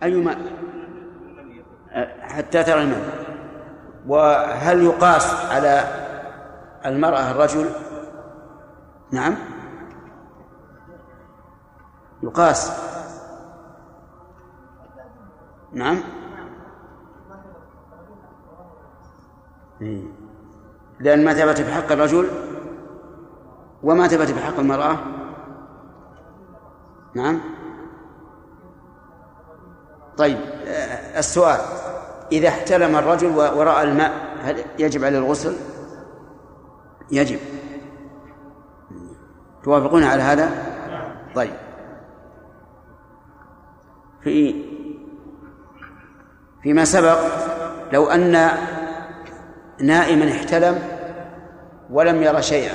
أي ماء حتى ترى الماء. وهل يقاس على المرأة الرجل؟ نعم يقاس. نعم لأن ما ثبت في حق الرجل وما ثبت في حق المرأة. نعم. طيب السؤال: إذا احتلم الرجل ورأى الماء هل يجب عليه الغسل؟ يجب. توافقون على هذا؟ طيب. فيما سبق لو أن نائما احتلم ولم يرى شيئا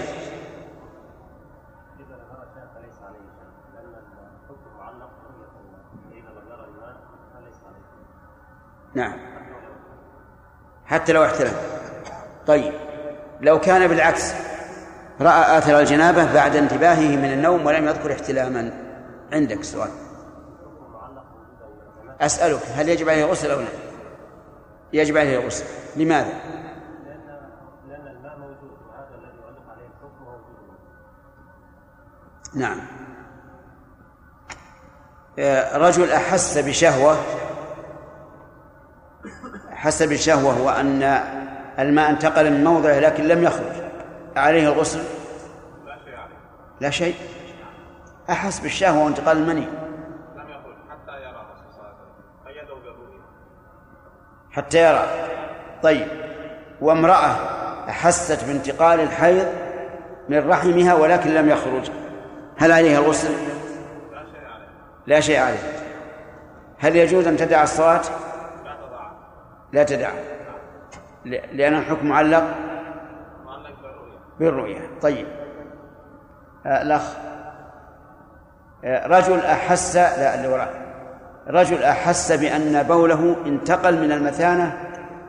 نعم حتى لو احتلم. طيب لو كان بالعكس رأى آثار الجنابة بعد انتباهه من النوم ولم يذكر احتلاما، عندك سؤال أسألك: هل يجب عليه الغسل أو لا؟ يجب عليه الغسل. لماذا؟ لأن الماء موجود وهذا الذي يعلق عليه الحكم موجود. نعم. رجل أحس بشهوة وأن الماء انتقل من موضعه لكن لم يخرج، عليه الغسل؟ لا شيء. أحس بالشهوة وانتقال المني لم يقل حتى يرى الرسول صلى الله عليه وسلم قيده بالرؤيا حتى يرى. طيب وامرأة أحست بانتقال الحيض من رحمها ولكن لم يخرج، هل عليها الغسل؟ لا شيء عليه. هل يجوز أن تدع الصلاة؟ لا تدع، لأن الحكم معلق بالرؤية. طيب الأخ: رجل أحس بأن بوله انتقل من المثانة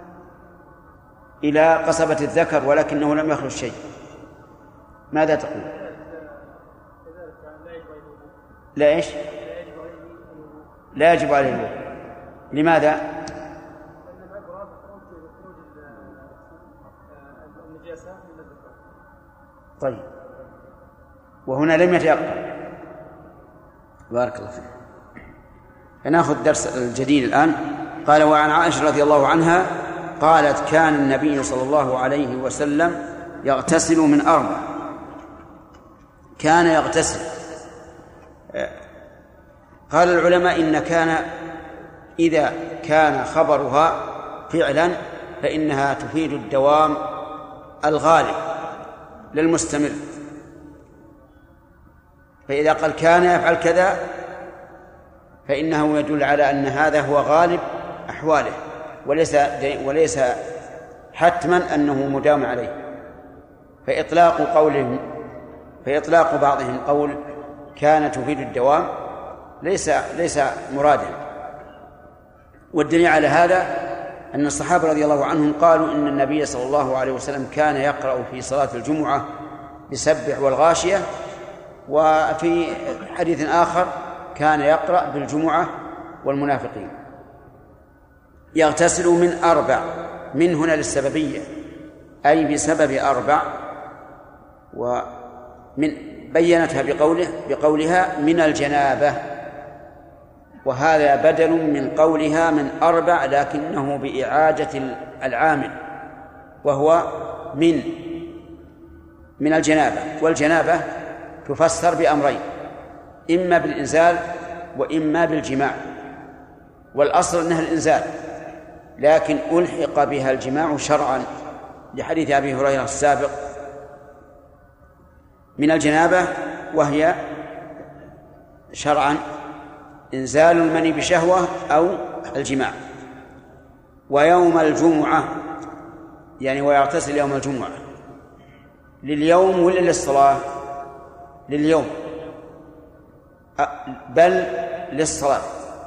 إلى قصبة الذكر ولكنه لم يخرج شيء، ماذا تقول؟ لا إيش؟ لا يجب عليه الوضوء. لماذا؟ طيب وهنا لم يتيقن. بارك الله فيك. نأخذ درس الجديد الآن. قال: وعن عائشة رضي الله عنها قالت: كان النبي صلى الله عليه وسلم يغتسل من 4. كان يغتسل. قال العلماء إن كان إذا كان خبرها فعلا فإنها تفيد الدوام الغالب للمستمر، فإذا قال كان يفعل كذا فإنه يدل على أن هذا هو غالب أحواله وليس حتما أنه مدام عليه. فإطلاق بعضهم قول كان تفيد الدوام ليس مرادا. والدليل على هذا أن الصحابة رضي الله عنهم قالوا إن النبي صلى الله عليه وسلم كان يقرأ في صلاة الجمعة بسبح والغاشية، وفي حديث آخر كان يقرأ بالجمعة والمنافقين. يغتسل من 4، من هنا للسببية أي بسبب 4، ومن بينتها بقولها من الجنابة، وهذا بدل من قولها من 4 لكنه بإعادة العامل، وهو من الجنابة. والجنابة تفسر بأمرين: إما بالإنزال وإما بالجماع، والأصل أنها الإنزال، لكن ألحق بها الجماع شرعا لحديث أبي هريرة السابق من الجنابة، وهي شرعا إنزال المني بشهوة أو الجماع. ويوم الجمعة يعني ويغتسل يوم الجمعة لليوم ولا للصلاة؟ لليوم، بل للصلاة،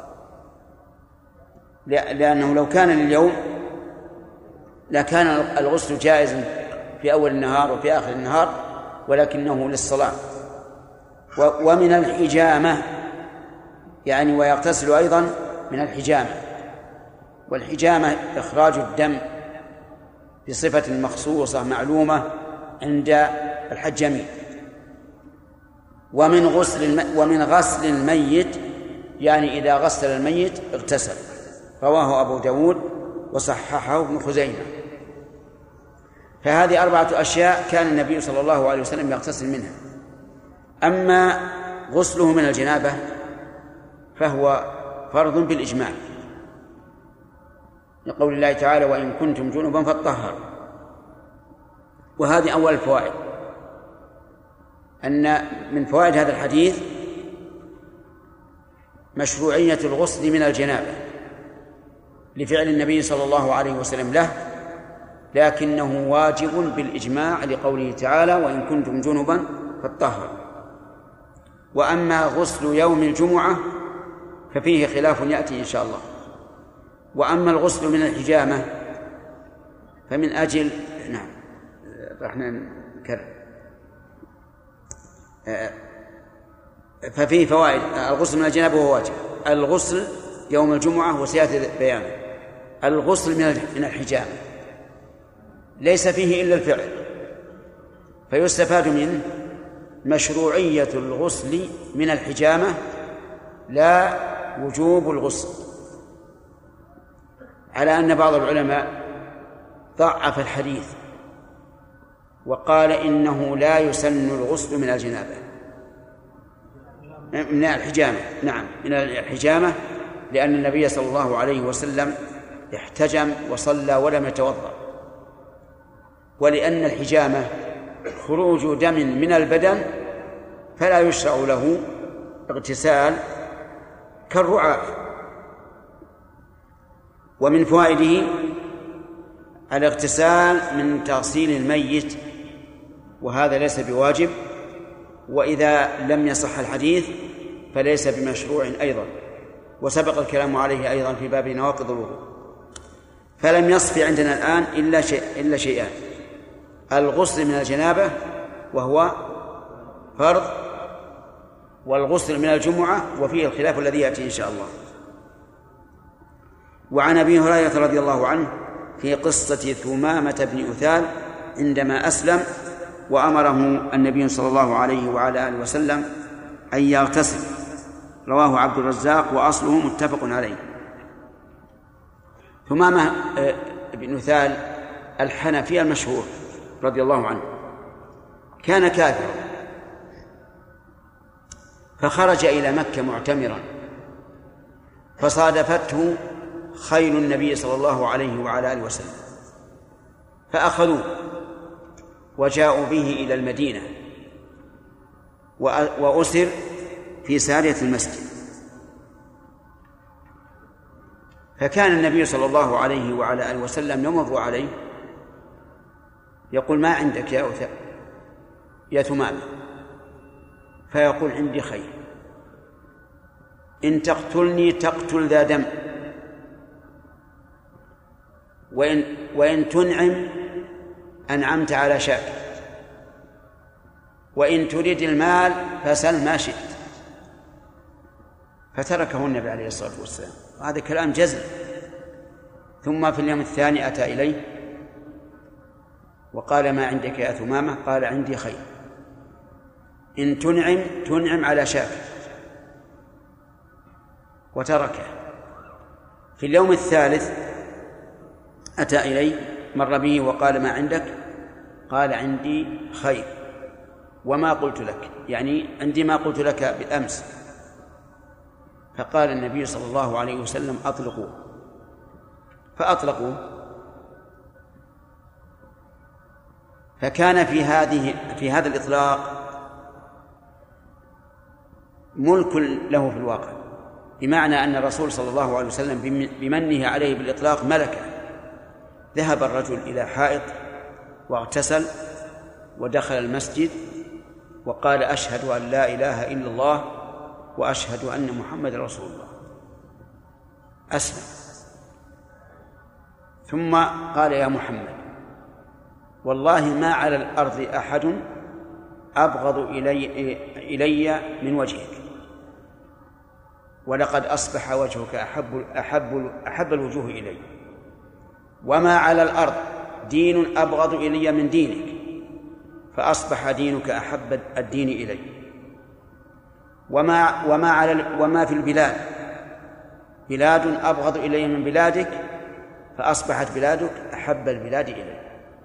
لأنه لو كان لليوم لكان الغسل جائزا في أول النهار وفي آخر النهار، ولكنه للصلاة. ومن الحجامة يعني ويغتسل أيضا من الحجامة، والحجامة إخراج الدم بصفة مخصوصة معلومة عند الحجامين. ومن غسل الميت، يعني إذا غسل الميت اغتسل. رواه أبو داود وصححه ابن خزيمة. فهذه 4 أشياء كان النبي صلى الله عليه وسلم يغتسل منها. أما غسله من الجنابة فهو فرض بالإجماع، لقول الله تعالى: وإن كنتم جنبا فاطهروا. وهذه أول الفوائد، أن من فوائد هذا الحديث مشروعية الغسل من الجنابة لفعل النبي صلى الله عليه وسلم له، لكنه واجب بالإجماع لقوله تعالى: وإن كنتم جنبا فاطهروا. وأما غسل يوم الجمعة ففيه خلاف يأتي إن شاء الله. وأما الغسل من الحجامة فمن أجل راح نكرر ففيه فوائد. الغسل من الجنابة وهو واجب، الغسل يوم الجمعة وسيأتي بيانه. الغسل من الحجامة ليس فيه إلا الفعل، فيستفاد منه مشروعية الغسل من الحجامة لا وجوب الغسل، على أن بعض العلماء ضعف الحديث وقال إنه لا يسن الغسل من الجنابة، من الحجامة، نعم من الحجامة، لأن النبي صلى الله عليه وسلم احتجم وصلى ولم يتوضأ، ولأن الحجامة خروج دم من البدن فلا يشرع له اغتسال كالرعاف. ومن فوائده الاغتسال من تغسيل الميت، وهذا ليس بواجب، وإذا لم يصح الحديث فليس بمشروع أيضا، وسبق الكلام عليه أيضا في باب نواقض الوضوء. فلم يصف عندنا الآن إلا شيئان: الغسل من الجنابة وهو فرض، والغسل من الجمعة وفيه الخلاف الذي يأتي إن شاء الله. وعن أبي هريرة رضي الله عنه في قصة ثمامة بن أثال عندما أسلم وأمره النبي صلى الله عليه وعلى آله وسلم أن يغتسل. رواه عبد الرزاق وأصله متفق عليه. ثمامة بن أثال الحنفي المشهور رضي الله عنه كان كافرا، فخرج إلى مكة معتمرا، فصادفته خيل النبي صلى الله عليه وعلى آله وسلم، فأخذوه وجاءوا به إلى المدينة وأسر في سارية المسجد. فكان النبي صلى الله عليه وعلى آله وسلم يمر عليه يقول: ما عندك يا ثمامة؟ فيقول: عندي خير، إن تقتلني تقتل ذا دم، وإن تنعم أنعمت على شاك، وإن تريد المال فسل ما شئت. فتركه النبي عليه الصلاة والسلام، وهذا كلام جزم. ثم في اليوم الثاني أتى إليه وقال: ما عندك يا ثمامة؟ قال: عندي خير، إن تنعم على شاك، وتركه. في اليوم الثالث أتى إليه، مر به وقال: ما عندك؟ قال: عندي خير وما قلت لك، يعني عندي ما قلت لك بالأمس. فقال النبي صلى الله عليه وسلم: أطلقوه. فأطلقوه. فكان في هذا الإطلاق ملك له في الواقع، بمعنى أن الرسول صلى الله عليه وسلم بمنه عليه بالإطلاق ملكه. ذهب الرجل إلى حائط واغتسل ودخل المسجد وقال: أشهد أن لا إله إلا الله وأشهد أن محمد رسول الله. أسلم. ثم قال: يا محمد، والله ما على الأرض أحد أبغض إلي من وجهك، ولقد أصبح وجهك أحب الوجوه إلي، وما على الأرض دين أبغض إلي من دينك، فأصبح دينك أحب الدين إلي. وما في البلاد بلاد أبغض إلي من بلادك، فأصبحت بلادك أحب البلاد إلي.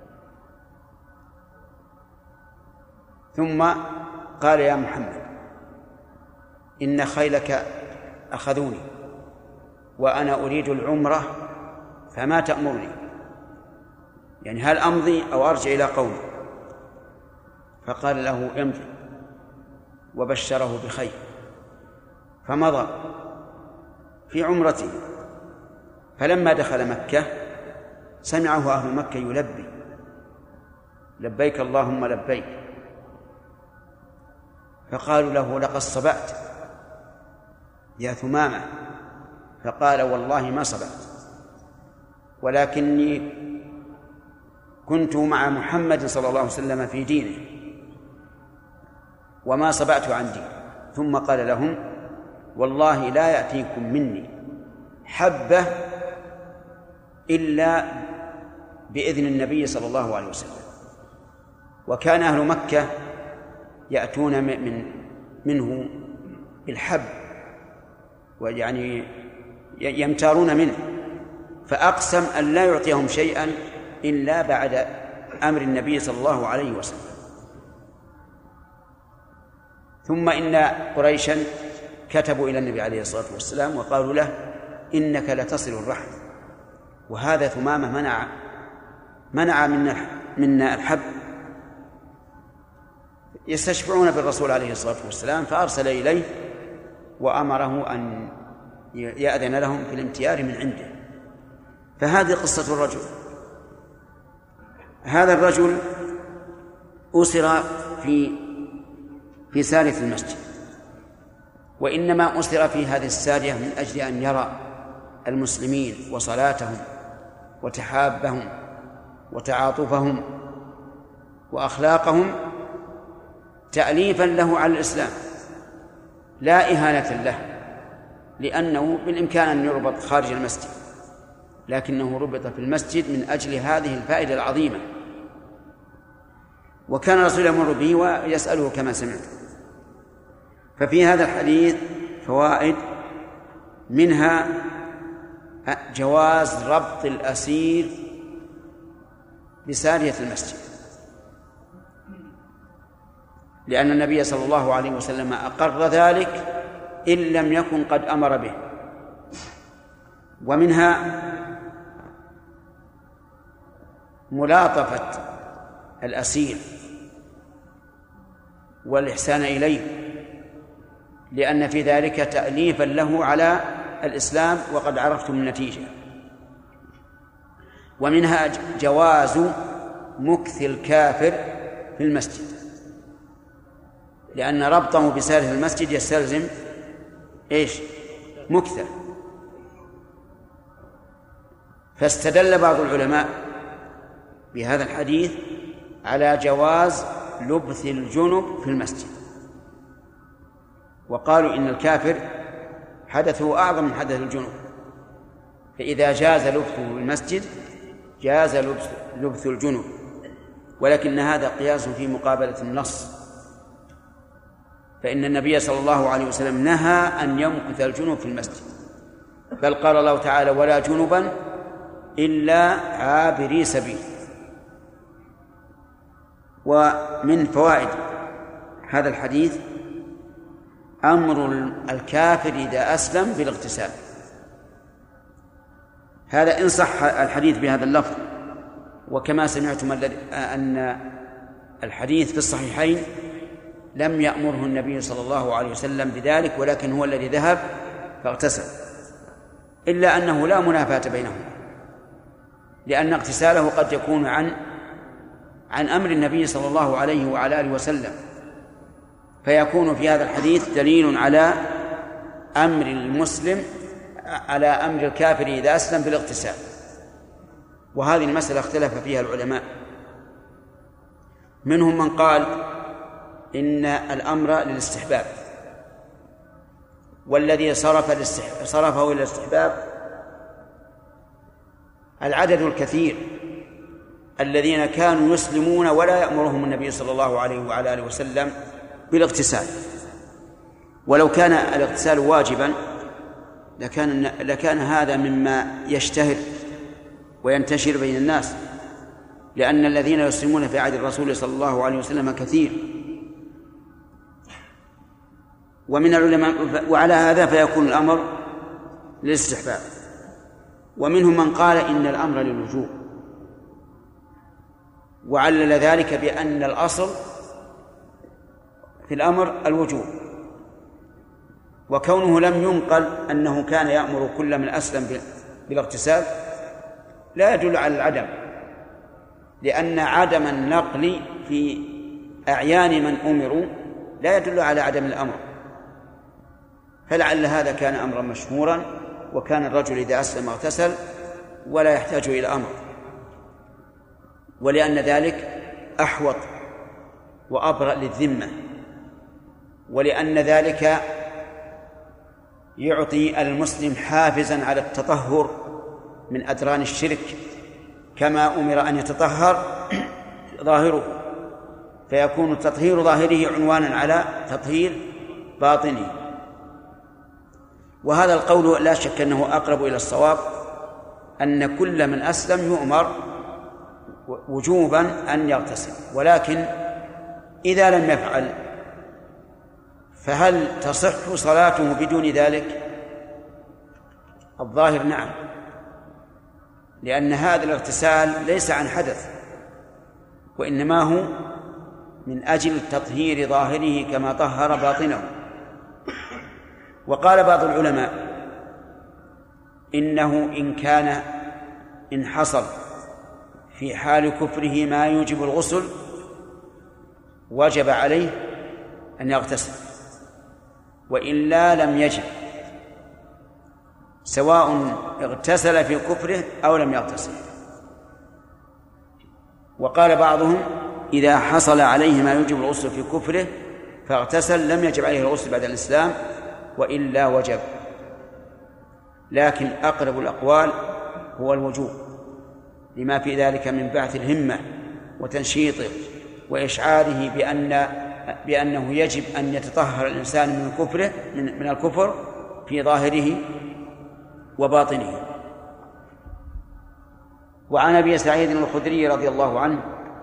ثم قال: يا محمد، إن خيلك أخذوني وأنا أريد العمرة، فما تأمرني؟ يعني هل أمضي أو أرجع إلى قومي؟ فقال له: امضي، وبشره بخير. فمضى في عمرته، فلما دخل مكة سمعه أهل مكة يلبي: لبيك اللهم لبيك. فقالوا له: لقد صبأت يا ثمامة. فقال: والله ما صبأت، ولكني كنت مع محمد صلى الله عليه وسلم في دينه وما صبأت عن دين. ثم قال لهم: والله لا يأتيكم مني حبة إلا بإذن النبي صلى الله عليه وسلم. وكان أهل مكة يأتون منه بالحب، ويعني يمتارون منه، فأقسم أن لا يعطيهم شيئا إلا بعد أمر النبي صلى الله عليه وسلم. ثم إن قريشا كتبوا إلى النبي عليه الصلاة والسلام وقالوا له: إنك لتصل الرحم، وهذا ثمامة منع منا الحب. يستشفعون بالرسول عليه الصلاة والسلام، فأرسل إليه وأمره أن يأذن لهم في الامتيار من عنده. فهذه قصة الرجل. هذا الرجل أسر في سارية المسجد، وإنما أسر في هذه السارية من أجل أن يرى المسلمين وصلاتهم وتحابهم وتعاطفهم وأخلاقهم تأليفا له على الإسلام، لا إهانة له، لأنه بالإمكان أن يربط خارج المسجد، لكنه ربط في المسجد من أجل هذه الفائدة العظيمة. وكان الرسول يمر به ويسأله كما سمعت. ففي هذا الحديث فوائد، منها جواز ربط الأسير بسارية المسجد، لأن النبي صلى الله عليه وسلم أقر ذلك إن لم يكن قد أمر به. ومنها ملاطفة الأسير والإحسان إليه، لأن في ذلك تأليفا له على الإسلام، وقد عرفتم النتيجة. ومنها جواز مكث الكافر في المسجد، لأن ربطه بسارية المسجد يستلزم مكثه. فاستدل بعض العلماء بهذا الحديث على جواز لبث الجنب في المسجد، وقالوا إن الكافر حدثه أعظم من حدث الجنب، فإذا جاز لبثه في المسجد جاز لبث الجنب، ولكن هذا قياس في مقابلة النص، فإن النبي صلى الله عليه وسلم نهى أن يمكث الجنب في المسجد، بل قال الله تعالى: ولا جنبا إلا عابري سبيل. ومن فوائد هذا الحديث أمر الكافر إذا أسلم بالاغتسال. هذا إن صح الحديث بهذا اللفظ، وكما سمعتم أن الحديث في الصحيحين لم يأمره النبي صلى الله عليه وسلم بذلك، ولكن هو الذي ذهب فاغتسل، إلا أنه لا منافاة بينهما، لأن اغتساله قد يكون عن أمر النبي صلى الله عليه وعلى آله وسلم، فيكون في هذا الحديث دليل على أمر المسلم على أمر الكافر إذا أسلم بالاغتسال. وهذه المسألة اختلف فيها العلماء، منهم من قال إن الأمر للاستحباب، والذي صرفه إلى الاستحباب العدد الكثير الذين كانوا يسلمون ولا يأمرهم النبي صلى الله عليه وعلى آله وسلم بالاغتسال. ولو كان الاغتسال واجبا لكان هذا مما يشتهر وينتشر بين الناس، لأن الذين يسلمون في عهد الرسول صلى الله عليه وسلم كثير. ومن العلماء وعلى هذا فيكون الأمر للاستحباب، ومنهم من قال إن الأمر للوجوب، وعلل ذلك بأن الأصل في الأمر الوجوب، وكونه لم ينقل أنه كان يأمر كل من أسلم بالاغتسال لا يدل على العدم، لأن عدم النقل في أعيان من أمروا لا يدل على عدم الأمر، فلعل هذا كان أمرا مشهورا، وكان الرجل إذا أسلم اغتسل ولا يحتاج إلى أمر، ولأن ذلك أحوط وأبرأ للذمة، ولأن ذلك يعطي المسلم حافزا على التطهر من أدران الشرك، كما أمر أن يتطهر ظاهره، فيكون تطهير ظاهره عنوانا على تطهير باطنه. وهذا القول لا شك أنه أقرب إلى الصواب، أن كل من أسلم يؤمر وجوبا أن يغتسل، ولكن إذا لم يفعل فهل تصح صلاته بدون ذلك؟ الظاهر نعم، لأن هذا الاغتسال ليس عن حدث، وإنما هو من أجل تطهير ظاهره كما طهر باطنه. وقال بعض العلماء إنه إن حصل في حال كفره ما يوجب الغسل وجب عليه أن يغتسل، وإلا لم يجب، سواء اغتسل في كفره أو لم يغتسل. وقال بعضهم إذا حصل عليه ما يوجب الغسل في كفره فاغتسل لم يجب عليه الغسل بعد الإسلام، وإلا وجب. لكن أقرب الأقوال هو الوجوب، لما في ذلك من بعث الهمة وتنشيطه وإشعاره بأنه يجب أن يتطهر الإنسان من الكفر في ظاهره وباطنه. وعن أبي سعيد الخدري رضي الله عنه.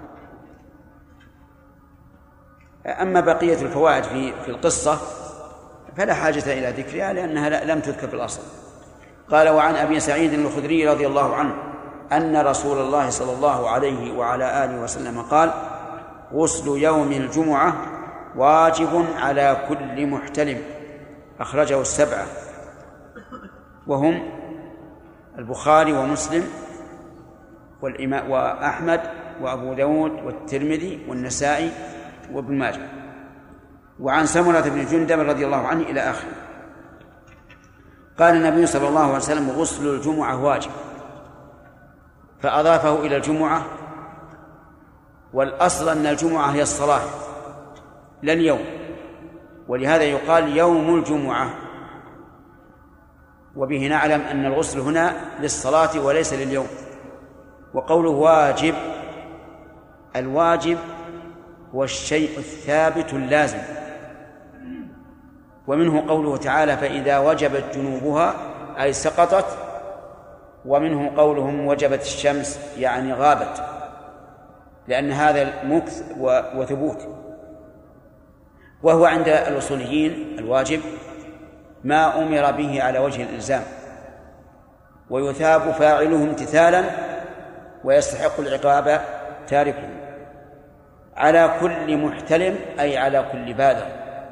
أما بقية الفوائد في القصة فلا حاجة إلى ذكرها لأنها لم تذكر في الأصل. قال: وعن أبي سعيد الخدري رضي الله عنه أن رسول الله صلى الله عليه وعلى آله وسلم قال: غسل يوم الجمعة واجب على كل محتلم. أخرجه السبعة، وهم البخاري ومسلم وأحمد وأبو داود والترمذي والنسائي وابن ماجه. وعن سمرة بن جندب رضي الله عنه إلى آخره. قال النبي صلى الله عليه وسلم: غسل الجمعة واجب، فأضافه إلى الجمعة، والأصل أن الجمعة هي الصلاة لا اليوم، ولهذا يقال يوم الجمعة، وبه نعلم أن الغسل هنا للصلاة وليس لليوم. وقوله واجب، الواجب هو الشيء الثابت اللازم، ومنه قوله تعالى: فإذا وجبت جنوبها أي سقطت، ومنه قولهم وجبت الشمس يعني غابت، لأن هذا مكث وثبوت. وهو عند الأصوليين الواجب ما أمر به على وجه الإلزام، ويثاب فاعله امتثالا ويستحق العقاب تاركه، على كل محتلم أي على كل بالغ.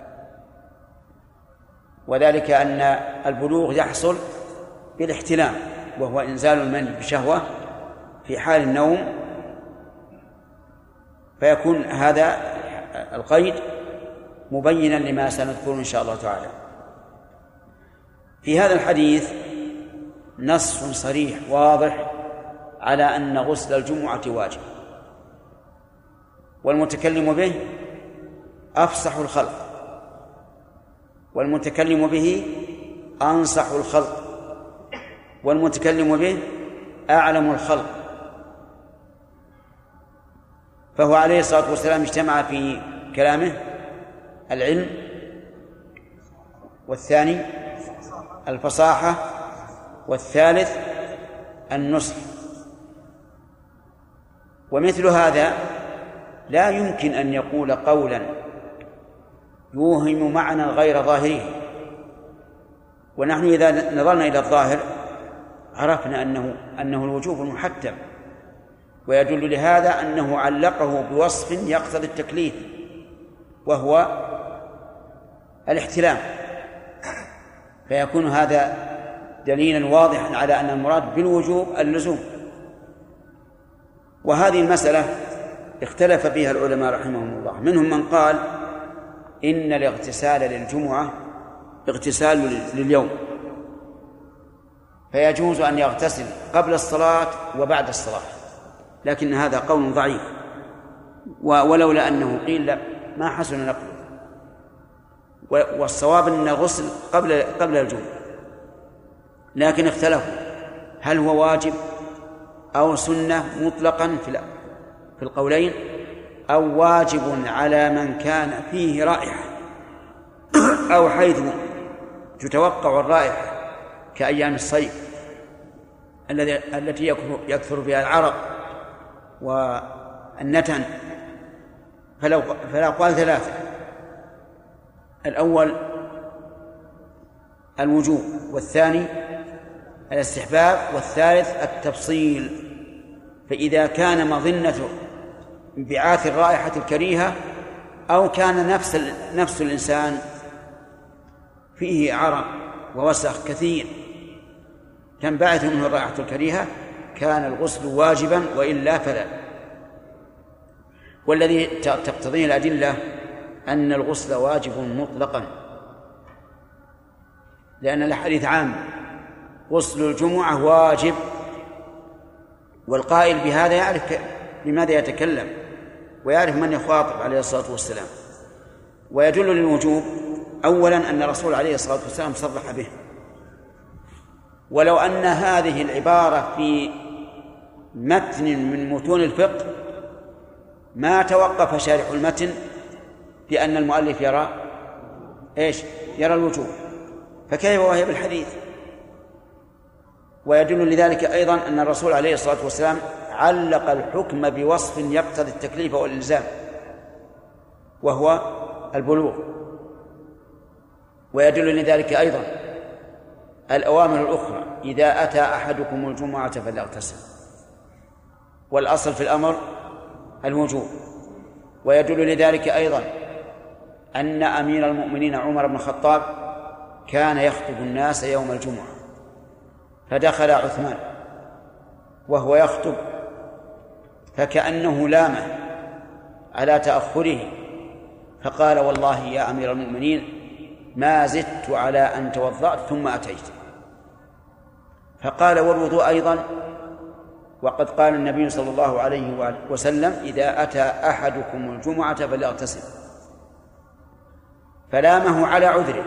وذلك أن البلوغ يحصل بالاحتلام، وهو إنزال المني بشهوة في حال النوم، فيكون هذا القيد مبينا لما سنذكره إن شاء الله تعالى. في هذا الحديث نص صريح واضح على أن غسل الجمعة واجب، والمتكلم به أفصح الخلق، والمتكلم به أنصح الخلق، والمتكلم به أعلم الخلق. فهو عليه الصلاة والسلام اجتمع في كلامه العلم، والثاني الفصاحة، والثالث النصح. ومثل هذا لا يمكن أن يقول قولا يوهم معنى غير ظاهره، ونحن إذا نظرنا إلى الظاهر عرفنا أنه الوجوب المحتم، ويدل لهذا أنه علقه بوصف يقتضي التكليف وهو الاحتلام، فيكون هذا دليلا واضحا على أن المراد بالوجوب اللزوم. وهذه المسألة اختلف فيها العلماء رحمهم الله، منهم من قال إن الاغتسال للجمعة اغتسال لليوم، فيجوز أن يغتسل قبل الصلاة وبعد الصلاة، لكن هذا قول ضعيف، ولولا أنه قيل لا ما حسن نقله. والصواب أن الغسل قبل الجمعة، لكن اختلفوا هل هو واجب أو سنة مطلقا في القولين، أو واجب على من كان فيه رائحة أو حيث تتوقع الرائحة كأيام الصيف التي يكثر فيها العرق والنتن. فالأقوال ثلاثة: الأول الوجوب، والثاني الاستحباب، والثالث التفصيل. فإذا كان مظنة انبعاث الرائحة الكريهة أو كان نفس الإنسان فيه عرق ووسخ كثير تنبعث منه الرائحة الكريهة كان الغسل واجبا، وإلا فلا. والذي تقتضيه الأدلة أن الغسل واجب مطلقا، لأن الحديث عام: غسل الجمعة واجب. والقائل بهذا يعرف لماذا يتكلم ويعرف من يخاطب عليه الصلاة والسلام. ويدل للوجوب أولا أن الرسول عليه الصلاة والسلام صرح به، ولو أن هذه العبارة في متن من متون الفقه ما توقف شارح المتن بأن المؤلف يرى الوجوب، فكيف وهي بالحديث؟ ويدل لذلك أيضا أن الرسول عليه الصلاة والسلام علق الحكم بوصف يقتضي التكليف والإلزام، وهو البلوغ. ويدل لذلك أيضا الأوامر الأخرى: إذا أتى أحدكم الجمعة فليغتسل، والأصل في الأمر الوجوب. ويدل لذلك أيضا أن أمير المؤمنين عمر بن الخطاب كان يخطب الناس يوم الجمعة، فدخل عثمان وهو يخطب فكأنه لامه على تأخره، فقال: والله يا أمير المؤمنين ما زدت على أن توضأت ثم أتيت. فقال: والوضوء أيضا، وقد قال النبي صلى الله عليه وسلم: إذا أتى أحدكم الجمعة فليغتسل. فلامه على عذره،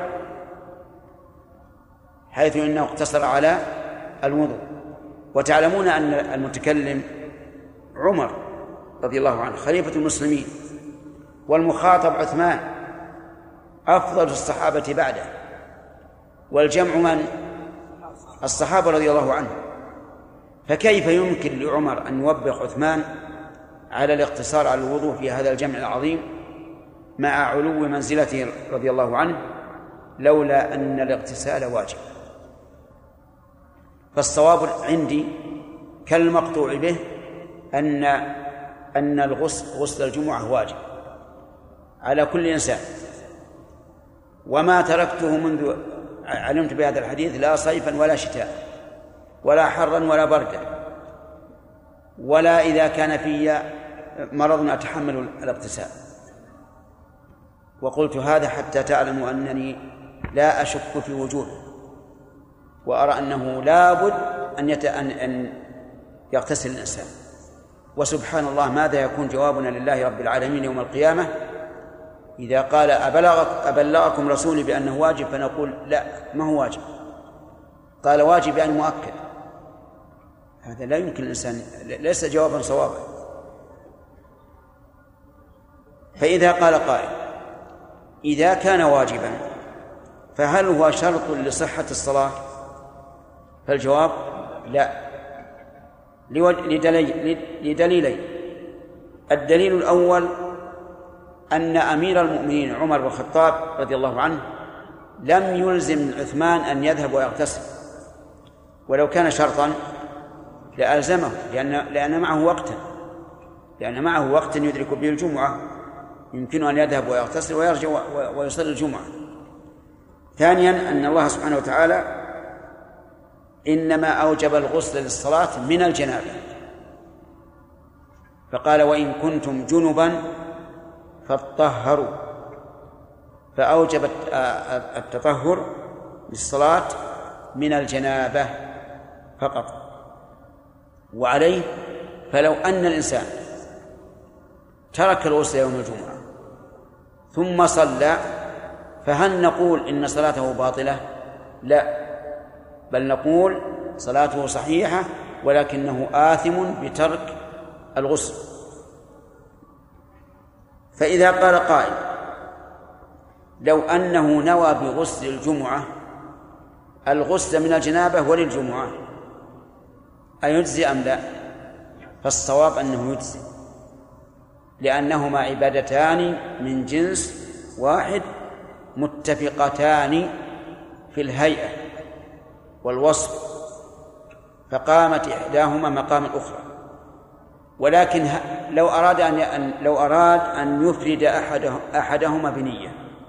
حيث إنه اقتصر على الوضوء. وتعلمون أن المتكلم عمر رضي الله عنه خليفة المسلمين، والمخاطب عثمان أفضل الصحابة بعده، والجمع من الصحابة رضي الله عنهم. فكيف يمكن لعمر أن يوبخ عثمان على الاقتصار على الوضوء في هذا الجمع العظيم مع علو منزلته رضي الله عنه، لولا أن الاغتسال واجب؟ فالصواب عندي كالمقطوع به أن غسل الجمعة واجب على كل إنسان، وما تركته منذ علمت بهذا الحديث لا صيفا ولا شتاء ولا حرا ولا بردا، ولا إذا كان في مرض أتحمل الاغتسال. وقلت هذا حتى تعلموا أنني لا أشك في وجوده، وأرى أنه لا بد أن يغتسل الإنسان. وسبحان الله ماذا يكون جوابنا لله رب العالمين يوم القيامة إذا قال: أبلغكم رسولي بأنه واجب؟ فنقول: لا، ما هو واجب. قال واجب يعني مؤكد، هذا لا يمكن الإنسان، ليس جوابا صوابا. فإذا قال قائل إذا كان واجبا فهل هو شرط لصحة الصلاة؟ فالجواب لا، لدليلين. الدليل الأول أن أمير المؤمنين عمر بن الخطاب رضي الله عنه لم يلزم عثمان أن يذهب ويغتسل، ولو كان شرطا لألزمه، لأن معه وقتا يدرك به الجمعة، يمكن أن يذهب ويغتسل ويرجع ويصلي الجمعة. ثانيا أن الله سبحانه وتعالى إنما أوجب الغسل للصلاة من الجنابة، فقال وإن كنتم جنبا فاطهروا، فأوجب التطهر للصلاة من الجنابة فقط. وعليه فلو أن الإنسان ترك الغسل يوم الجمعة ثم صلى فهل نقول إن صلاته باطلة؟ لا، بل نقول صلاته صحيحة ولكنه آثم بترك الغسل. فإذا قال قائل لو أنه نوى بغسل الجمعة الغسل من الجنابة وللجمعة أيجزي أم لا؟ فالصواب أنه يجزي، لأنهما عبادتان من جنس واحد متفقتان في الهيئة والوصف، فقامت إحداهما مقام الأخرى. ولكن لو أراد أن يفرد أحدهما بنية،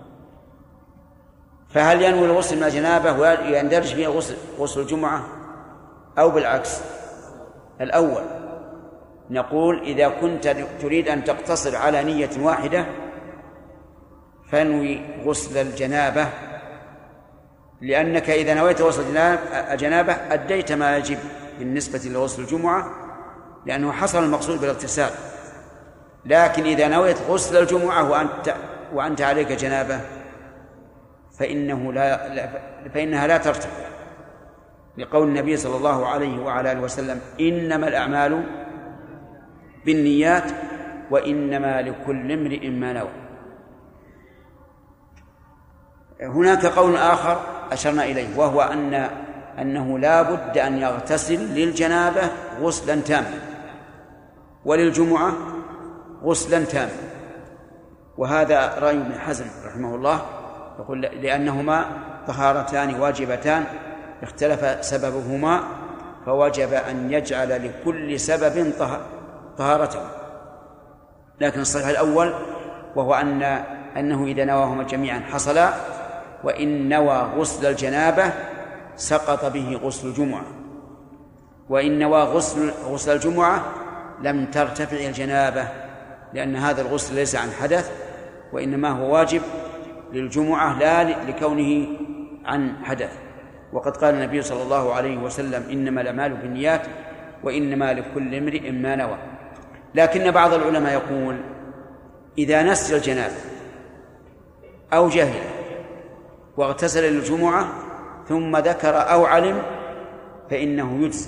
فهل ينوي الغسل من الجنابة ويندرج فيه غسل الجمعة أو بالعكس؟ الأول. نقول إذا كنت تريد أن تقتصر على نية واحدة فانوي غسل الجنابة، لأنك إذا نويت غسل الجنابة أديت ما يجب بالنسبة لغسل الجمعة، لأنه حصل المقصود بالاغتسال. لكن إذا نويت غسل الجمعة وأنت عليك جنابة فإنها لا ترتفع، لقول النبي صلى الله عليه وعلى آله وسلم إنما الأعمال بالنيات وإنما لكل امرئ ما نوى. هناك قول آخر أشرنا إليه، وهو أنه لا بد أن يغتسل للجنابة غسلا تاما وللجمعة غسلا تاما، وهذا رأي ابن حزم رحمه الله، يقول لأنهما طهارتان واجبتان اختلف سببهما فوجب أن يجعل لكل سبب طهارته. لكن الصحيح الأول وهو أنه إذا نواهما جميعا حصلا، وإن نوى غسل الجنابة سقط به غسل الجمعة، وإن نوى غسل الجمعة لم ترتفع الجنابة، لأن هذا الغسل ليس عن حدث وإنما هو واجب للجمعة لا لكونه عن حدث. وقد قال النبي صلى الله عليه وسلم إنما الأعمال بالنيات وإنما لكل امرئ ما نوى. لكن بعض العلماء يقول إذا نسي الجنابة أو جهل واغتسل للجمعة ثم ذكر أو علم فإنه يجزي،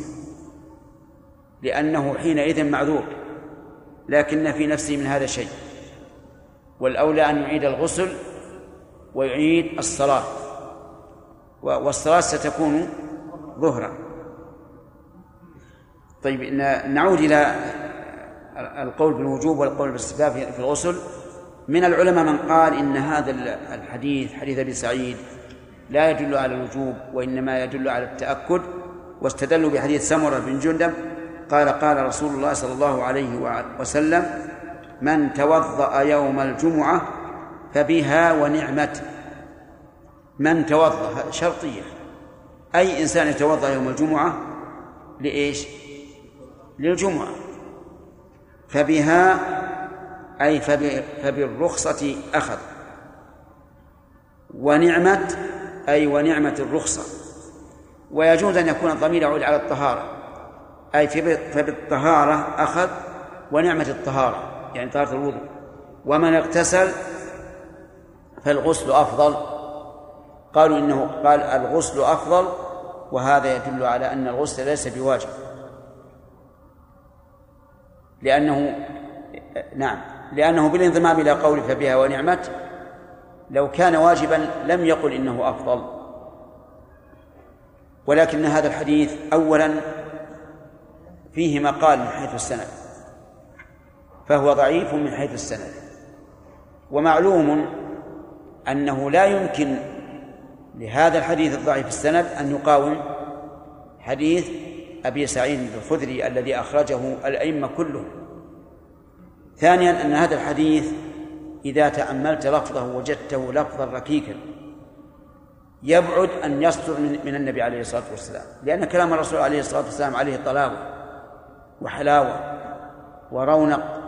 لأنه حينئذ معذور، لكن في نفسه من هذا الشيء، والأولى أن يعيد الغسل ويعيد الصلاة، والصلاة ستكون ظهرا. طيب نعود إلى القول بالوجوب والقول بالاستحباب في الغسل. من العلماء من قال إن هذا الحديث حديث أبي سعيد لا يدل على الوجوب وإنما يدل على التأكد، واستدلوا بحديث سمرة بن جندب قال رسول الله صلى الله عليه وسلم من توضأ يوم الجمعة فبها ونعمت. من توضأ شرطية، أي إنسان يتوضأ يوم الجمعة لإيش؟ للجمعة. فبها أي فبالرخصة أخذ، ونعمت أي ونعمة الرخصة. ويجوز أن يكون الضمير يعود على الطهارة، أي فبالطهارة أخذ ونعمة الطهارة، يعني طهارة الوضوء. ومن اغتسل فالغسل أفضل. قالوا إنه قال الغسل أفضل وهذا يدل على أن الغسل ليس بواجب، لأنه بالانضمام إلى قول فبها ونعمت لو كان واجبا لم يقل إنه أفضل. ولكن هذا الحديث أولا فيه مقال من حيث السند، فهو ضعيف من حيث السند، ومعلوم أنه لا يمكن لهذا الحديث الضعيف السند أن يقاوم حديث أبي سعيد الخدري الذي أخرجه الأئمة كلهم. ثانيا أن هذا الحديث إذا تأملت لفظه وجدته لفظا ركيكا يبعد أن يصدر من النبي عليه الصلاة والسلام، لأن كلام الرسول عليه الصلاة والسلام عليه طلاوة وحلاوة ورونق،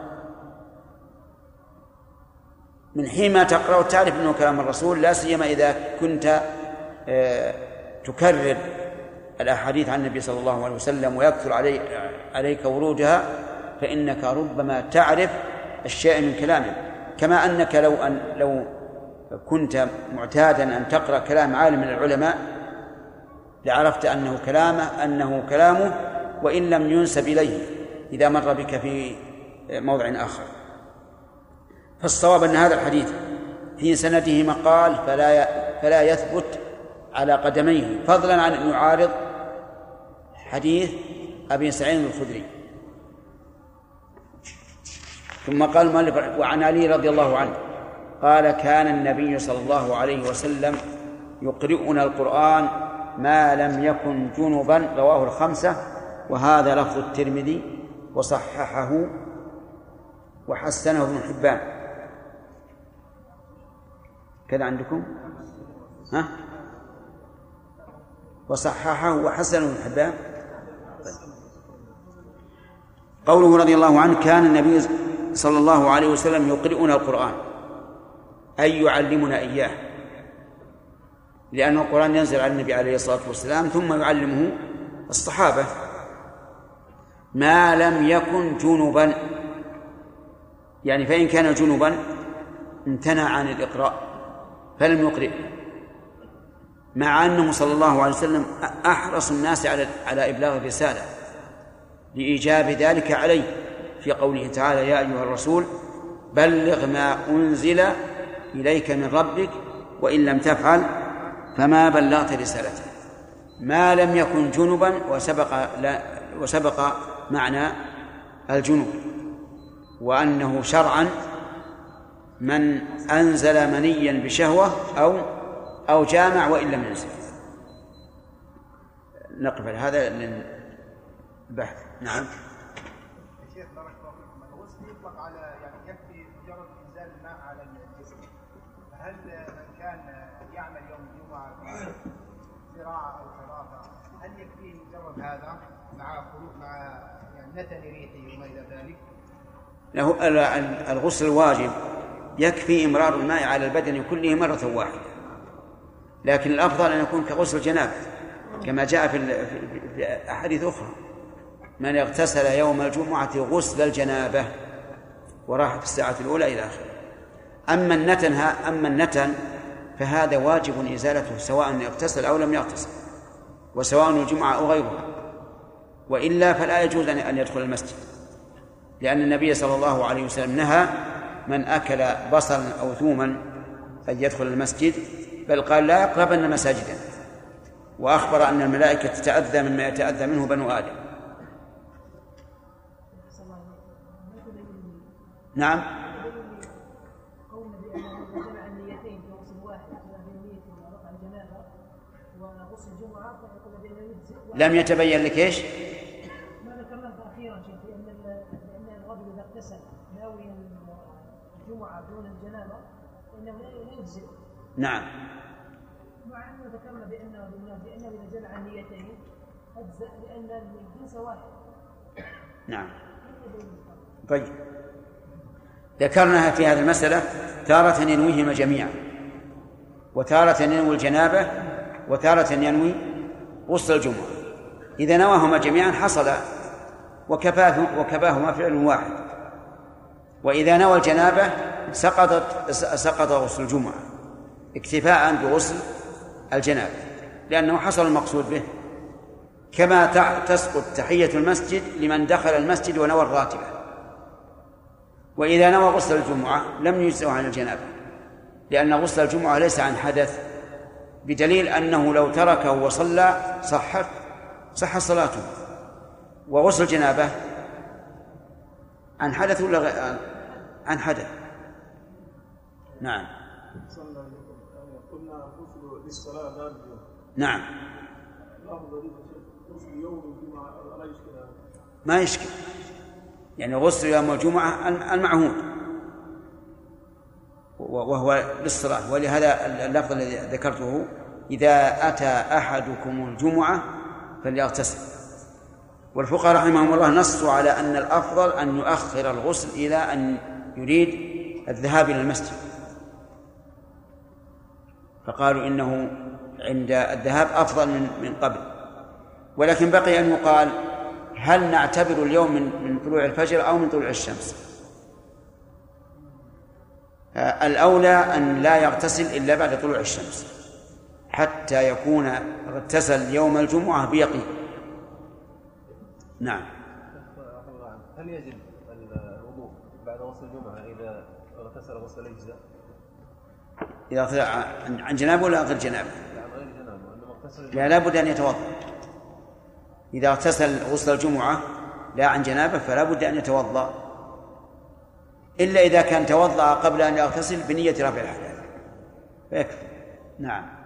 من حين ما تقرأ تعرف أنه كلام الرسول، لا سيما إذا كنت تكرر الأحاديث عن النبي صلى الله عليه وسلم ويكثر عليك ورودها، فإنك ربما تعرف الشيء من كلامه، كما أنك لو كنت معتادا أن تقرأ كلام عالم من العلماء لعرفت أنه كلامه وإن لم ينسب إليه إذا مر بك في موضع آخر. فالصواب أن هذا الحديث في سنده مقال فلا يثبت على قدميه، فضلا عن أن يعارض حديث أبي سعيد الخدري. ثم قال المؤلف: وعن علي رضي الله عنه قال: كان النبي صلى الله عليه وسلم يقرئنا القرآن ما لم يكن جنبا، رواه الخمسة، وهذا لفظ الترمذي وصححه وحسنه ابن حبان. كذا عندكم؟ وصححه وحسنه ابن حبان. قوله رضي الله عنه: كان النبي صلى الله عليه وسلم يقرئنا القرآن، أي يعلمنا إياه، لأن القرآن ينزل على النبي عليه الصلاة والسلام ثم يعلمه الصحابة. ما لم يكن جنبا، يعني فإن كان جنبا امتنع عن الإقراء فلم يقرئ، مع أنه صلى الله عليه وسلم أحرص الناس على إبلاغ الرسالة لإيجاب ذلك عليه في قوله تعالى: يا أيها الرسول بلغ ما أنزل إليك من ربك وإن لم تفعل فما بلغت رسالته. ما لم يكن جنبا، وسبق معنى الجنوب، وأنه شرعا من أنزل منيا بشهوة أو جامع وإن لم ينزل. نقف على هذا البحث. نعم. شيخ بارك الله فيكم، الغسل يطلق على يكفي مجرد إنزال الماء على الجسم، فهل من كان يعمل يوم الجمعة زراعة أو حرافة هل يكفيه مجرد هذا مع نتن ريحه وما إلى ذلك؟ الغسل الواجب يكفي إمرار الماء على البدن كله مرة واحدة، لكن الأفضل أن يكون كغسل جنابة كما جاء في أحاديث أخرى: من اغتسل يوم الجمعة غسل الجنابة وراح في الساعة الأولى إلى آخره. أما النتن فهذا واجب إزالته سواء اغتسل أو لم يغتسل، وسواء الجمعة أو غيرها، وإلا فلا يجوز أن يدخل المسجد، لأن النبي صلى الله عليه وسلم نهى من أكل بصلا أو ثوما أن يدخل المسجد، بل قال: لا يقربن مساجدا، وأخبر أن الملائكة تتأذى مما يتأذى منه بنو آدم. نعم. لم يتبين لك إيش؟ ما ذكرناه أخيرا شيخ، لأن الرجل إذا اغتسل ناويا الجمعة دون الجنابة فإنه لا يجزئ. نعم. مع أنه ذكرنا بأنه إذا جمع النيتين أجزأ لأن الجنس واحد. نعم. طيب، ذكرناها في هذه المسألة: تارة ينويهما جميعا، وتارة ينوي الجنابة، وتارة ينوي غسل الجمعة. إذا نواهما جميعا حصل وكفاهما فعل واحد، وإذا نوى الجنابة سقط غسل الجمعة اكتفاء بغسل الجنابة، لأنه حصل المقصود به كما تسقط تحية المسجد لمن دخل المسجد ونوى الراتبة. وإذا نوى غسل الجمعة لم يجزئه عن الجنابة، لأن غسل الجمعة ليس عن حدث، بدليل أنه لو تركه وصلى صح صلاته. وغسل الجنابة عن حدث ولا عن حدث؟ نعم. قلنا غسل للصلاة لا لليوم. نعم. غسل يوم الجمعة لا يشكل. ما يشكل، يعني غسل يوم الجمعة المعهود وهو للصلاة. ولهذا اللفظ الذي ذكرته: إذا أتى أحدكم الجمعة فليغتسل. والفقهاء رحمهم الله نصوا على أن الأفضل أن يؤخر الغسل إلى أن يريد الذهاب إلى المسجد، فقالوا إنه عند الذهاب أفضل من قبل. ولكن بقي أن يقال: هل نعتبر اليوم من طلوع الفجر أو من طلوع الشمس؟ الأولى أن لا يغتسل إلا بعد طلوع الشمس حتى يكون اغتسل يوم الجمعة بيقين. نعم. هل يجب الوضوء بعد غسل الجمعة إذا اغتسل غسل الأجزاء؟ إذا اغتسل عن جنابه ولا غير جنابه؟ غير جنابه. لا، لابد أن يتوضأ. إذا اغتسل غسل الجمعة لا عن جنابه فلا بد أن يتوضأ، إلا إذا كان توضأ قبل أن يغتسل بنية رفع الحدث فيكفي. نعم.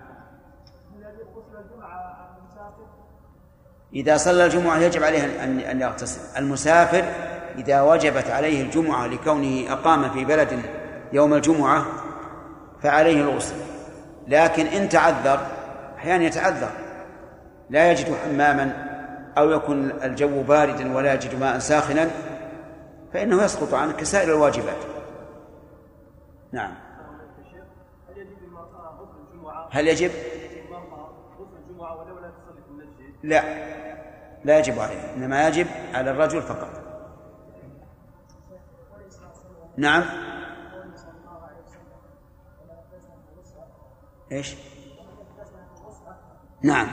إذا صلى الجمعة يجب عليه أن يغتسل. المسافر إذا وجبت عليه الجمعة لكونه أقام في بلد يوم الجمعة فعليه الغسل، لكن إن تعذر، أحيانا يتعذر لا يجد حماما أو يكون الجو باردا ولا يجد ماء ساخنا فإنه يسقط عنه كسائر الواجبات. نعم. هل يجب غسل الجمعة ولو لا تصلي في المسجد؟ لا يجب عليه، إنما يجب على الرجل فقط. نعم. إيش؟ نعم.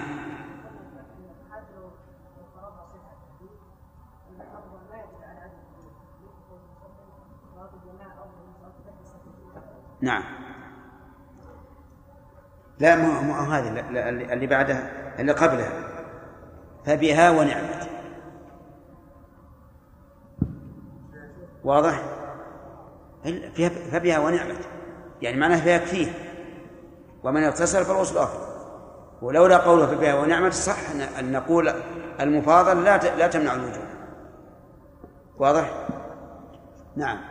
نعم. لا، مو هذه اللي بعدها اللي قبلها، فبها ونعمت. واضح؟ فبها ونعمت يعني معناه فيها كفيه، ومن اغتسل فالغسل أفضل. ولولا قوله فبها ونعمت صح أن نقول المفاضل لا تمنع الوجوب. واضح؟ نعم.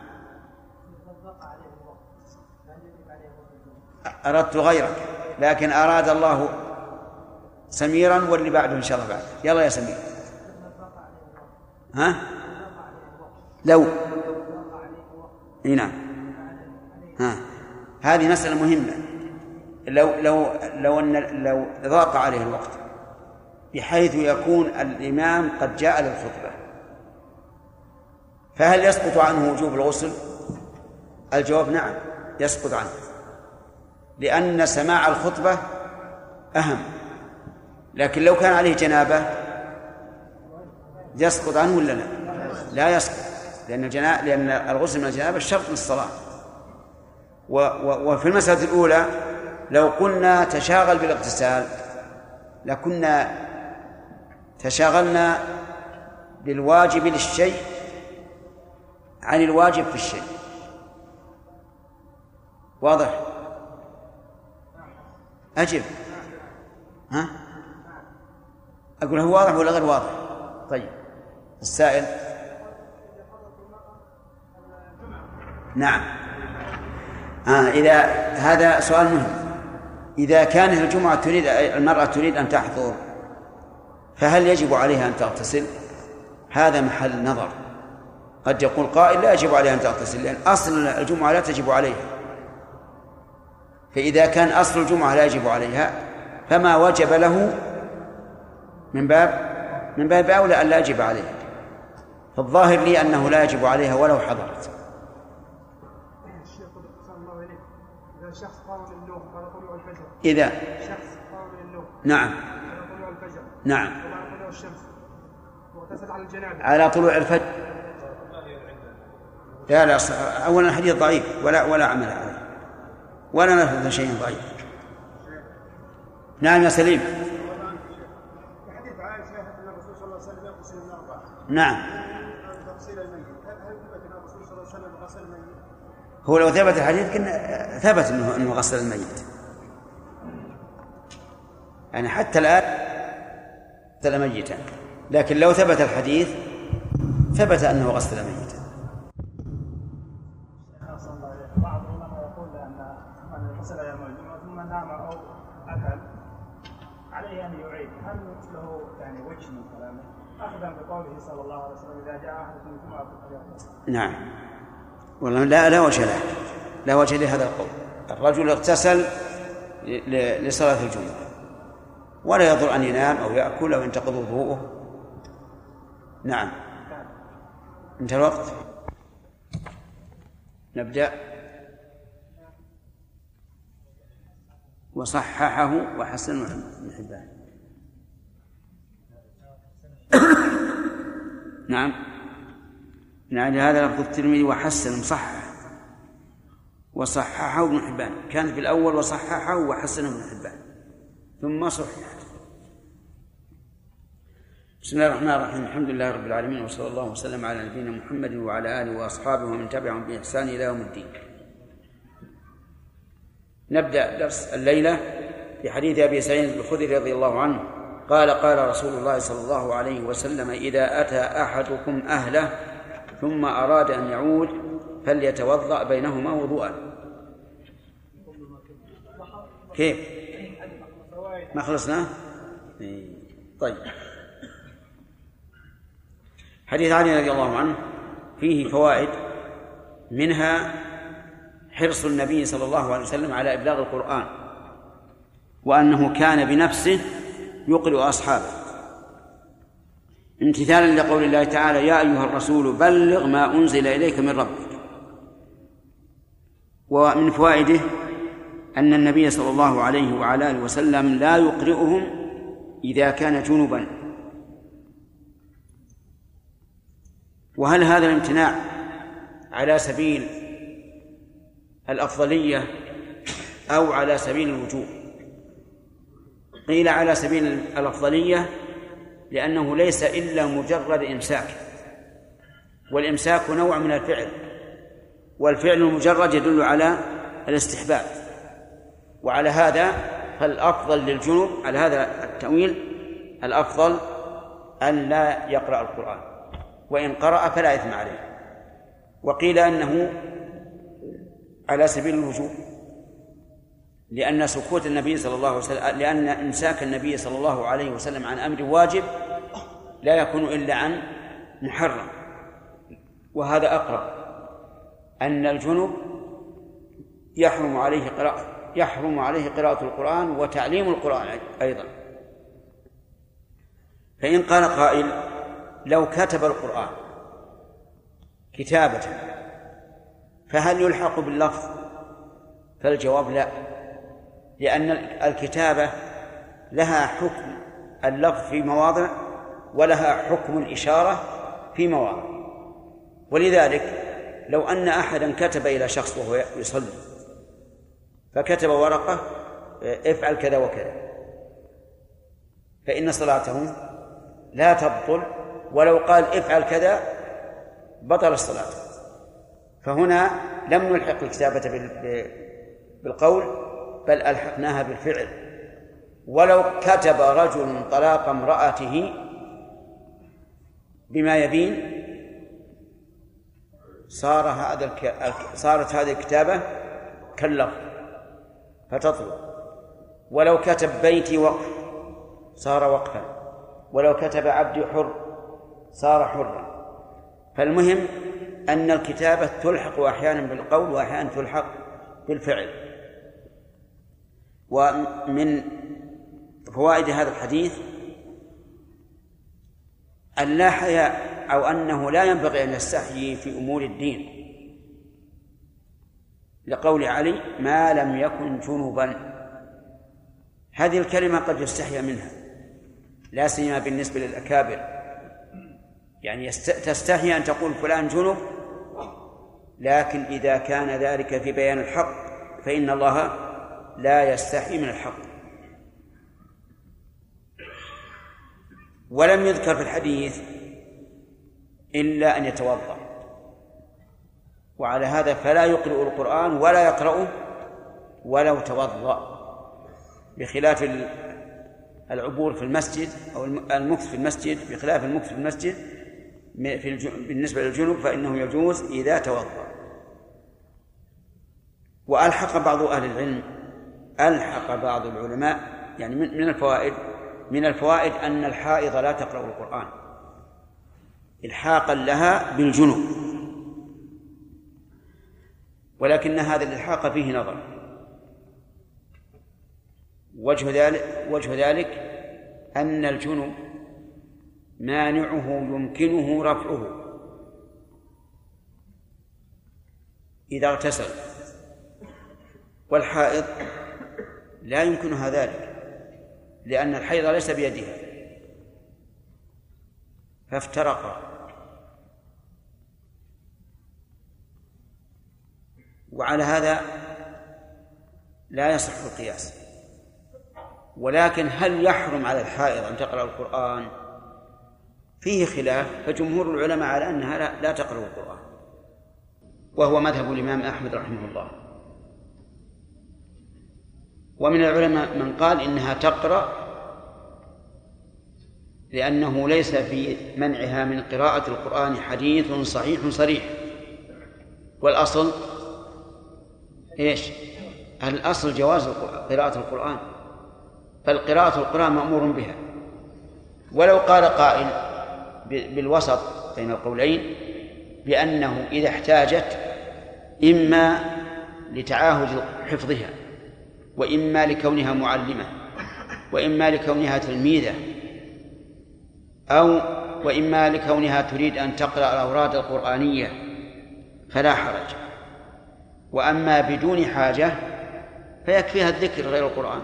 أردت غيرك، لكن أراد الله سميرا واللي بعده إن شاء الله بعد. يلا يا سمير. ها؟ لو نعم. ها، هذه مسألة مهمة. لو ضاق عليه الوقت بحيث يكون الإمام قد جاء للخطبة، فهل يسقط عنه وجوب الغسل؟ الجواب نعم، يسقط عنه، لأن سماع الخطبة أهم. لكن لو كان عليه جنابة يسقط عنه ولا لا؟ لا يسقط، لأن الغسل من الجنابة شرط للصلاة. وفي المسألة الأولى لو كنا تشاغل بالاغتسال لكنا تشاغلنا بالواجب للشيء عن الواجب في الشيء. واضح؟ أجب. ها؟ أقول هو واضح ولا غير واضح؟ طيب السائل. نعم. إذا هذا سؤال مهم. إذا كانت الجمعة المرأة تريد أن تحضر فهل يجب عليها أن تغتسل؟ هذا محل نظر. قد يقول قائل لا يجب عليها أن تغتسل لأن أصل الجمعة لا تجب عليها، فإذا كان أصل الجمعة لا يجب عليها فما وجب له من باب أولى أن لا يجب عليها. فالظاهر لي أنه لا يجب عليها ولو حضرت. إذا شخص قام من النوم قبل طلوع الفجر. إذا شخص قام من النوم. نعم. قبل طلوع الفجر. نعم. وبعد طلوع زوال الشمس واغتسل على الجنابة على طلوع الفجر. لا أولا الحديث ضعيف ولا عمل عليه ولا نفذ شيء ضعيف. نعم يا سليم. حديث عائشة أن الرسول صلى الله عليه وسلم يغسل من أربعة. نعم. تغسيل الميت هل ثبت أن الرسول صلى الله عليه وسلم غسل الميت؟ هو لو ثبت الحديث كنا ثبت أنه غسل الميت، يعني حتى الآن غسل ميتا، لكن لو ثبت الحديث ثبت أنه غسل ميتا. بعض العلماء يقول أن من غسل يوم الجمعة ثم نام أو أكل عليه أن يعيد، هل له يعني وجه من كلامه أخذا بقوله صلى الله عليه وسلم إذا جاء أحدكم الجمعة فليغتسل؟ نعم والله لا وجه له، لا وجه لهذا القول. الرجل اغتسل لصلاة الجمعة ولا يضر أن ينام أو يأكل أو ينتقض وضوءه. نعم. انتهى الوقت، نبدأ. وصححه وحسن ابن حبان. نعم هذا لفظ الترمذي وحسن مصحح، وصححه ابن حبان. كان في الأول وصححه وحسن ابن حبان ثم صحح. بسم الله الرحمن الرحيم. الحمد لله رب العالمين، وصلى الله وسلم على نبينا محمد وعلى آله وأصحابه ومن تبعهم بإحسان إلى يوم الدين. نبدأ درس الليلة بحديث أبي سعيد الخدري رضي الله عنه قال قال رسول الله صلى الله عليه وسلم: إذا أتى أحدكم أهله ثم أراد أن يعود فليتوضأ بينهما وضوءا. كيف؟ ما خلصنا؟ طيب. حديث علي رضي الله عنه فيه فوائد، منها حرص النبي صلى الله عليه وسلم على إبلاغ القرآن، وأنه كان بنفسه يقرئ أصحابه امتثالا لقول الله تعالى: يا أيها الرسول بلغ ما أنزل إليك من ربك. ومن فوائده أن النبي صلى الله عليه وعلى آله وسلم لا يقرئهم إذا كان جنبا. وهل هذا الامتناع على سبيل الأفضلية أو على سبيل الوجوب؟ قيل على سبيل الأفضلية، لأنه ليس إلا مجرد إمساك، والإمساك نوع من الفعل، والفعل المجرد يدل على الاستحباب. وعلى هذا فالأفضل للجنوب، على هذا التأويل الأفضل أن لا يقرأ القرآن، وإن قرأ فلا إثم عليه. وقيل أنه على سبيل الوجوب، لأن سكوت النبي صلى الله عليه وسلم، لأن إمساك النبي صلى الله عليه وسلم عن أمر واجب لا يكون إلا عن محرم. وهذا أقرب، أن الجنوب يحرم عليه قراءة القرآن وتعليم القرآن أيضا. فإن قال قائل: لو كتب القرآن كتابة فهل يلحق باللفظ؟ فالجواب لا، لأن الكتابة لها حكم اللفظ في مواضع ولها حكم الإشارة في مواضع. ولذلك لو أن أحدا كتب إلى شخص وهو يصلي فكتب ورقة: افعل كذا وكذا، فإن صلاته لا تبطل، ولو قال افعل كذا بطل الصلاة. فهنا لم نلحق الكتابة بالقول، بل ألحقناها بالفعل. ولو كتب رجل طلاق امرأته بما يبين صارت هذه الكتابة كاللفظ فتطلق. ولو كتب بيتي وقف صار وقفا، ولو كتب عبدي حر صار حرا. فالمهم أن الكتابة تلحق أحيانا بالقول وأحيانا تلحق بالفعل. ومن فوائد هذا الحديث أن لا حياء، أو أنه لا ينبغي أن يستحيي في أمور الدين، لقول علي: ما لم يكن جنبا. هذه الكلمة قد يستحيا منها، لا سيما بالنسبة للأكابر، يعني تستحي أن تقول فلان جنب، لكن إذا كان ذلك في بيان الحق فإن الله لا يستحي من الحق. ولم يذكر في الحديث إلا أن يتوضأ، وعلى هذا فلا يقرأ القرآن ولا يقرأه ولو توضأ، بخلاف العبور في المسجد أو المكث في المسجد، بخلاف المكث في المسجد بالنسبة للجنوب فإنه يجوز إذا توضأ. وألحق بعض أهل العلم، ألحق بعض العلماء يعني من الفوائد أن الحائض لا تقرأ القرآن إلحاقا لها بالجنوب، ولكن هذا الإلحاق فيه نظر. وجه ذلك أن الجنوب مانعه يمكنه رفعه إذا اغتسل، والحائض لا يمكنها ذلك لأن الحيض ليس بيدها، فافترقا. وعلى هذا لا يصح القياس. ولكن هل يحرم على الحائض أن تقرأ القرآن؟ فيه خلاف، فجمهور العلماء على أنها لا تقرأ القرآن، وهو مذهب الإمام أحمد رحمه الله. ومن العلماء من قال إنها تقرأ لأنه ليس في منعها من قراءة القرآن حديث صحيح صريح. والأصل إيش؟ الأصل جواز قراءة القرآن، فالقراءة القرآن مأمور بها. ولو قال قائل بالوسط بين القولين بأنه إذا احتاجت إما لتعاهد حفظها، وإما لكونها معلمة، وإما لكونها تلميذة، وإما لكونها تريد أن تقرأ الأوراد القرآنية، فلا حرج. وأما بدون حاجة فيكفيها الذكر غير القرآن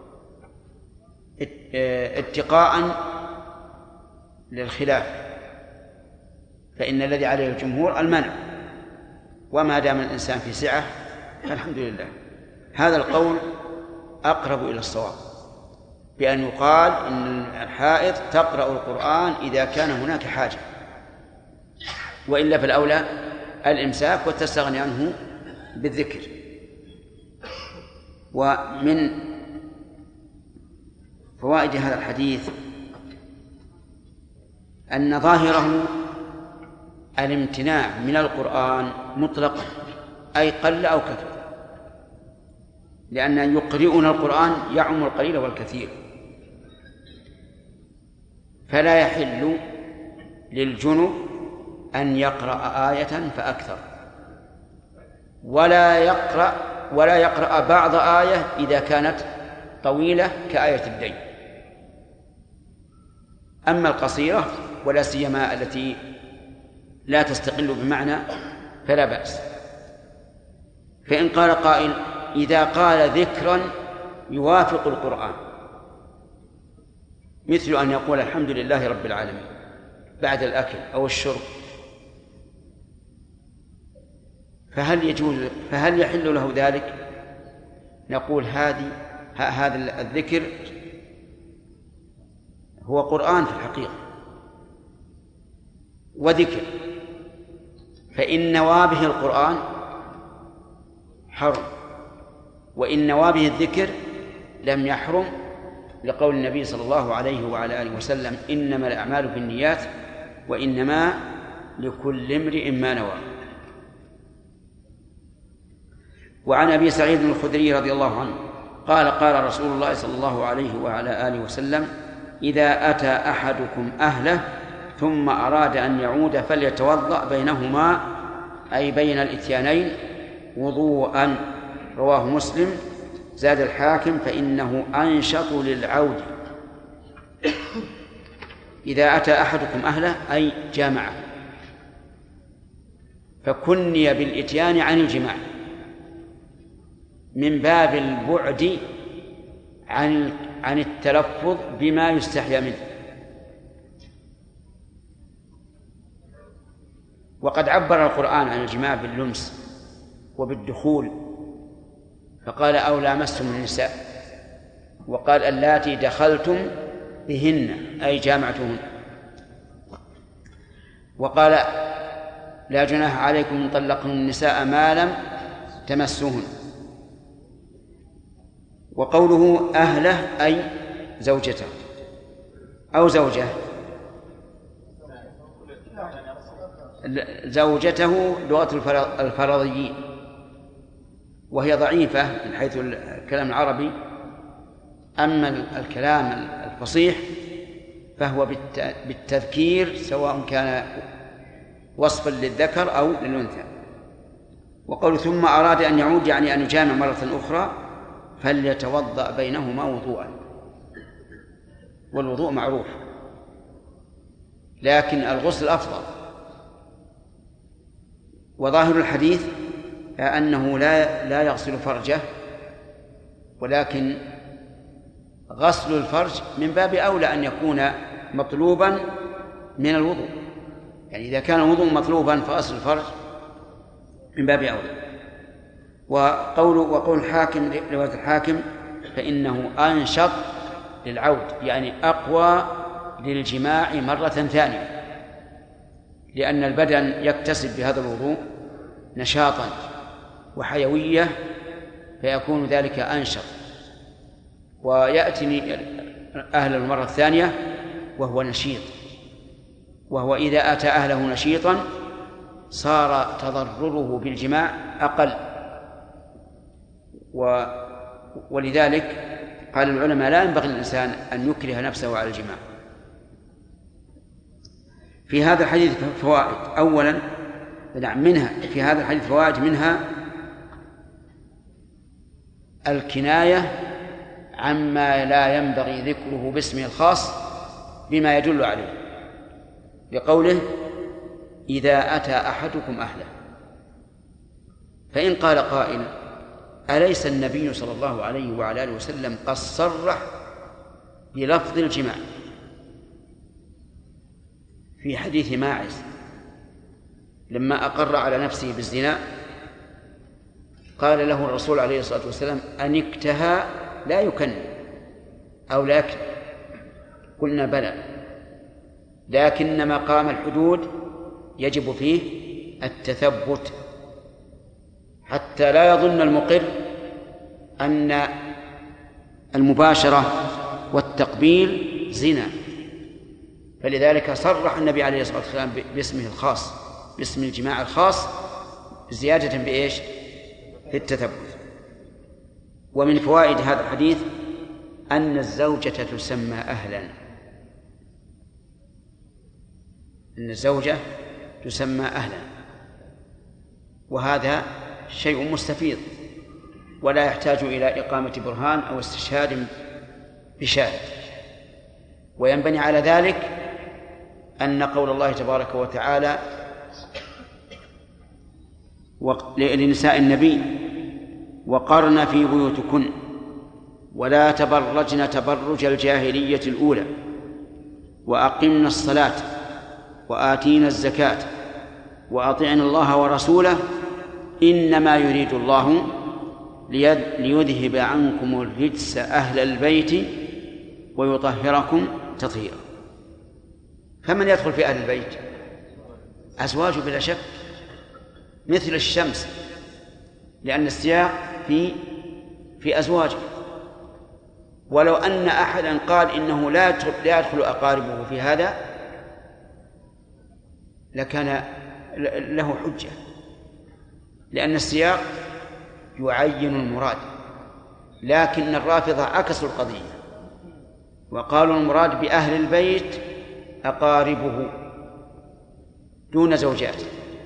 اتقاء للخلاف، فإن الذي عليه الجمهور المنع، وما دام الإنسان في سعة فالحمد لله. هذا القول أقرب إلى الصواب، بأن يقال إن الحائض تقرأ القرآن إذا كان هناك حاجة، وإلا فالأولى الإمساك وتستغني عنه بالذكر. ومن فوائد هذا الحديث أن ظاهره الامتناع من القرآن مطلقا، أي قل أو كثر، لأن يقرئون القرآن يعم القليل والكثير، فلا يحل للجنب أن يقرأ آية فأكثر، ولا يقرأ بعض آية إذا كانت طويلة كآية الدين. أما القصيرة ولا سيما التي لا تستقل بمعنى فلا بأس. فإن قال قائل إذا قال ذكرا يوافق القرآن، مثل أن يقول الحمد لله رب العالمين بعد الأكل أو الشرب، فهل يحل له ذلك؟ نقول هذا الذكر هو قرآن في الحقيقة وذكر، فإن نوابه القرآن حرم، وإن نوابه الذكر لم يحرم، لقول النبي صلى الله عليه وعلى آله وسلم إنما الأعمال بالنيات وإنما لكل امرئ ما نوى. وعن أبي سعيد الخدري رضي الله عنه قال قال رسول الله صلى الله عليه وعلى آله وسلم إذا أتى أحدكم أهله ثم أراد أن يعود فليتوضأ بينهما، أي بين الإتيانين، وضوءا. رواه مسلم. زاد الحاكم فإنه أنشط للعود. إذا أتى أحدكم أهله أي جامعه، فكني بالإتيان عن الجماع من باب البعد عن التلفظ بما يستحيا منه، وقد عبر القرآن عن الجماع باللمس وبالدخول، فقال أو لامستم النساء، وقال اللاتي دخلتم بهن أي جامعتهن، وقال لا جناح عليكم إن طلقتم النساء ما لم تمسوهن. وقوله أهله أي زوجته أو زوجه، زوجته لغة الفرضيين، وهي ضعيفة من حيث الكلام العربي. أما الكلام الفصيح فهو بالتذكير سواء كان وصفا للذكر أو للأنثى. وقول ثم أراد أن يعود يعني أن يجامع مرة أخرى فليتوضأ بينهما وضوءا، والوضوء معروف، لكن الغسل أفضل. وظاهر الحديث أنه لا يغسل فرجه، ولكن غسل الفرج من باب أولى أن يكون مطلوبا من الوضوء، يعني إذا كان الوضوء مطلوبا فغسل الفرج من باب أولى. وقول الحاكم رواية الحاكم فإنه أنشط للعود، يعني أقوى للجماع مرة ثانية، لأن البدن يكتسب بهذا الوضوء نشاطا وحيوية فيكون ذلك أنشط، ويأتي أهل المرة الثانية وهو نشيط، وهو إذا أتى أهله نشيطا صار تضرره بالجماع أقل. ولذلك قال العلماء لا ينبغي للإنسان أن يكره نفسه على الجماع. في هذا الحديث فوائد. أولا منها في هذا الحديث فوائد، منها الكناية عما لا ينبغي ذكره باسمه الخاص بما يدل عليه، بقوله إذا أتى أحدكم أهله. فإن قال قائل أليس النبي صلى الله عليه وعلى آله وسلم قد صرح بلفظ الجماع في حديث ماعز لما أقر على نفسه بالزنا؟ قال له الرسول عليه الصلاة والسلام أنكتها لا يكن أو لا يكن؟ قلنا بلى، لكن مقام الحدود يجب فيه التثبت حتى لا يظن المقر أن المباشرة والتقبيل زنا. فلذلك صرح النبي عليه الصلاة والسلام باسمه الخاص، باسم الجماع الخاص، زيادة بإيش؟ في التثبت. ومن فوائد هذا الحديث أن الزوجة تسمى أهلا، أن الزوجة تسمى أهلا، وهذا شيء مستفيض ولا يحتاج إلى إقامة برهان أو استشهاد بشاهد. وينبني على ذلك أن قول الله تبارك وتعالى لنساء النبي وقرن في بيوتكن ولا تبرجن تبرج الجاهلية الأولى وأقمنا الصلاة وآتينا الزكاة وأطعنا الله ورسوله إنما يريد الله ليذهب عنكم الرجس أهل البيت ويطهركم تطهيرا. فمن يدخل في أهل البيت؟ أزواجه بلا شك، مثل الشمس، لأن السياق في أزواجه. ولو أن أحدا قال إنه لا يدخل أقاربه في هذا لكان له حجة، لأن السياق يعين المراد. لكن الرافضة عكسوا القضية وقالوا المراد بأهل البيت أقاربه دون زوجاته،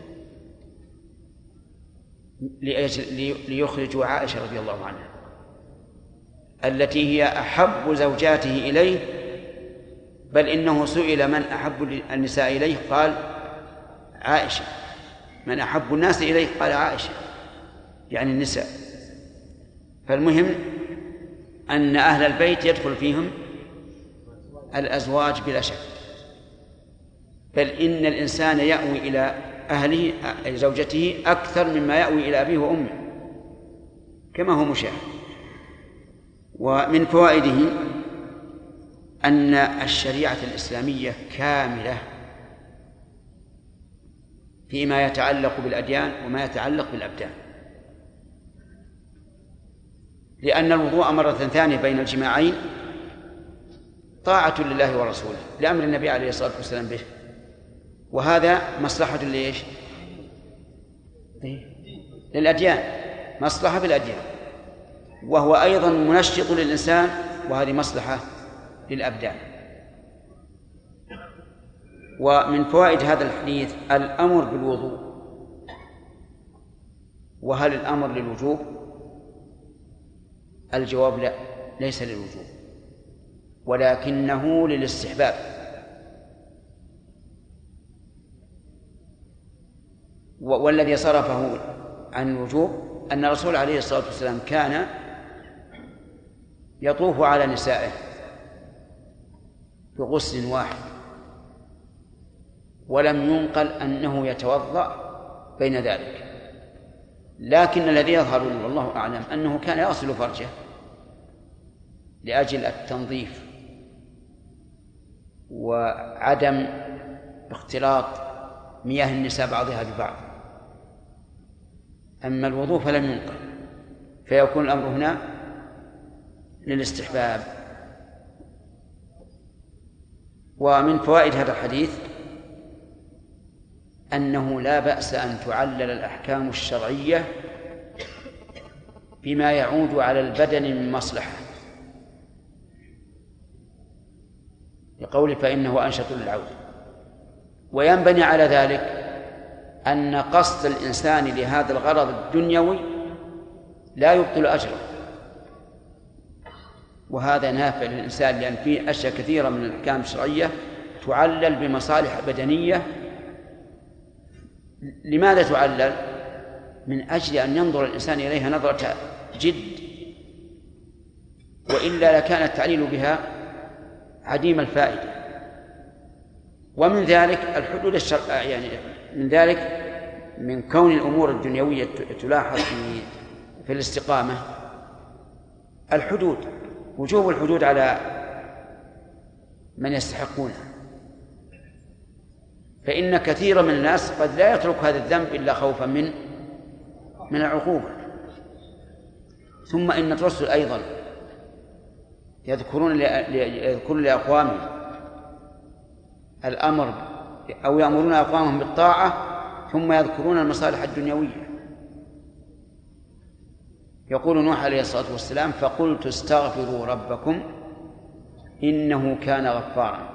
ليخرجوا عائشة رضي الله عنها التي هي أحب زوجاته إليه، بل إنه سئل من أحب النساء إليه قال عائشة، من أحب الناس إليه قال عائشة، يعني النساء. فالمهم أن أهل البيت يدخل فيهم الأزواج بلا شك، بل إن الإنسان يأوي إلى أهله زوجته أكثر مما يأوي إلى أبيه وأمه كما هو مشاهد. ومن فوائده أن الشريعة الإسلامية كاملة فيما يتعلق بالأديان وما يتعلق بالأبدان، لأن الوضوء مرة ثانية بين الجماعين طاعة لله ورسوله لأمر النبي عليه الصلاة والسلام به، وهذا مصلحة ليش؟ للأديان، مصلحة في الأديان، وهو أيضا منشط للإنسان، وهذه مصلحة للأبدان. ومن فوائد هذا الحديث الأمر بالوضوء. وهل الأمر للوجوب؟ الجواب لا، ليس للوجوب، ولكنه للاستحباب. والذي صرفه عن الوجوب أن الرسول عليه الصلاة والسلام كان يطوف على نسائه بغسل واحد، ولم ينقل أنه يتوضأ بين ذلك، لكن الذي يظهر لي والله أعلم أنه كان يغسل فرجه لأجل التنظيف وعدم اختلاط مياه النساء بعضها ببعض. أما الوضوء فلم ينقل، فيكون الأمر هنا للاستحباب. ومن فوائد هذا الحديث أنه لا بأس أن تعلل الأحكام الشرعية بما يعود على البدن من مصلحة، لقول فإنه أنشط للعود. وينبني على ذلك أن قصد الإنسان لهذا الغرض الدنيوي لا يبطل أجره، وهذا نافع للإنسان، لأن فيه أشياء كثيرة من الأحكام الشرعية تعلل بمصالح بدنية. لماذا تعلل؟ من أجل أن ينظر الإنسان إليها نظرة جد، وإلا لكان التعليل بها عديم الفائدة. ومن ذلك الحدود يعني من ذلك من كون الأمور الدنيوية تلاحظ في الاستقامة الحدود، وجوب الحدود على من يستحقونها، فإن كثيرا من الناس قد لا يترك هذا الذنب إلا خوفا من العقوبة. ثم إن الرسل أيضا يذكرون لأقوامهم الأمر أو يأمرون أقوامهم بالطاعة ثم يذكرون المصالح الدنيوية. يقول نوح عليه الصلاة والسلام فقلت استغفروا ربكم إنه كان غفارا.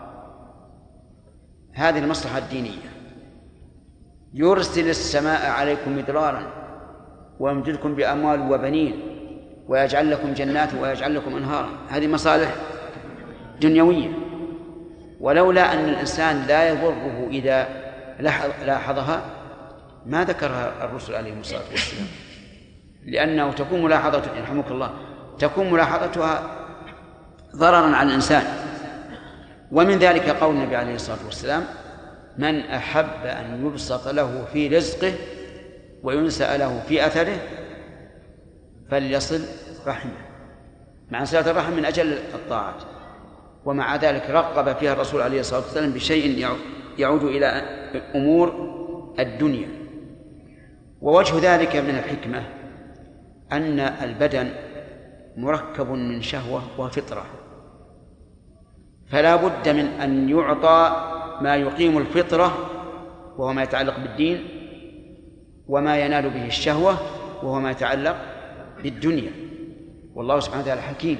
هذه المصلحة الدينية. يرسل السماء عليكم مدرارا ويمددكم بأموال وبنين ويجعل لكم جنات ويجعل لكم أنهارا. هذه مصالح دنيوية، ولولا أن الإنسان لا يضره إذا لاحظها ما ذكرها الرسل عليهم الصلاة والسلام، لأنه تكون ملاحظة يرحمك الله تكون ملاحظتها ضررا على الإنسان. ومن ذلك قول النبي عليه الصلاة والسلام من أحب أن يبسط له في رزقه وينسأ له في أثره فليصل رحمه، مع صلة الرحم من أجل الطاعات. ومع ذلك رغب فيها الرسول عليه الصلاة والسلام بشيء يعود إلى أمور الدنيا. ووجه ذلك من الحكمة أن البدن مركب من شهوة وفطرة، فلا بد من أن يعطى ما يقيم الفطرة وهو ما يتعلق بالدين، وما ينال به الشهوة وهو ما يتعلق بالدنيا، والله سبحانه وتعالى حكيم.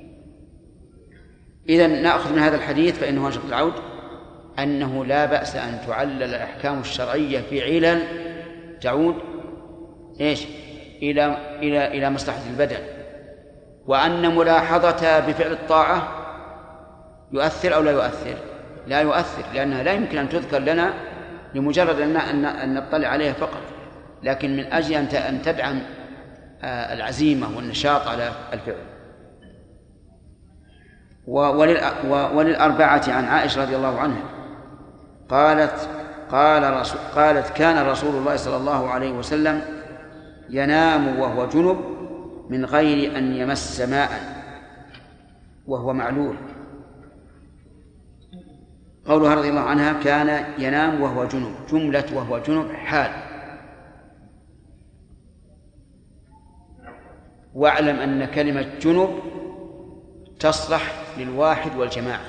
إذن نأخذ من هذا الحديث فإنه أنشط العود أنه لا بأس أن تعلل الأحكام الشرعية في علل تعود إلى مصلحة البدن، وأن ملاحظتها بفعل الطاعة يؤثر أو لا يؤثر؟ لا يؤثر، لأنها لا يمكن أن تذكر لنا لمجرد أن نطلع عليها فقط، لكن من أجل أن تدعم العزيمة والنشاط على الفعل. وللأربعة عن عائشة رضي الله عنها قالت قالت كان رسول الله صلى الله عليه وسلم ينام وهو جنب من غير أن يمس ماء وهو معلول. قولها رضي الله عنها كان ينام وهو جنب، جملة وهو جنب حال. واعلم أن كلمة جنب تصلح للواحد والجماعة،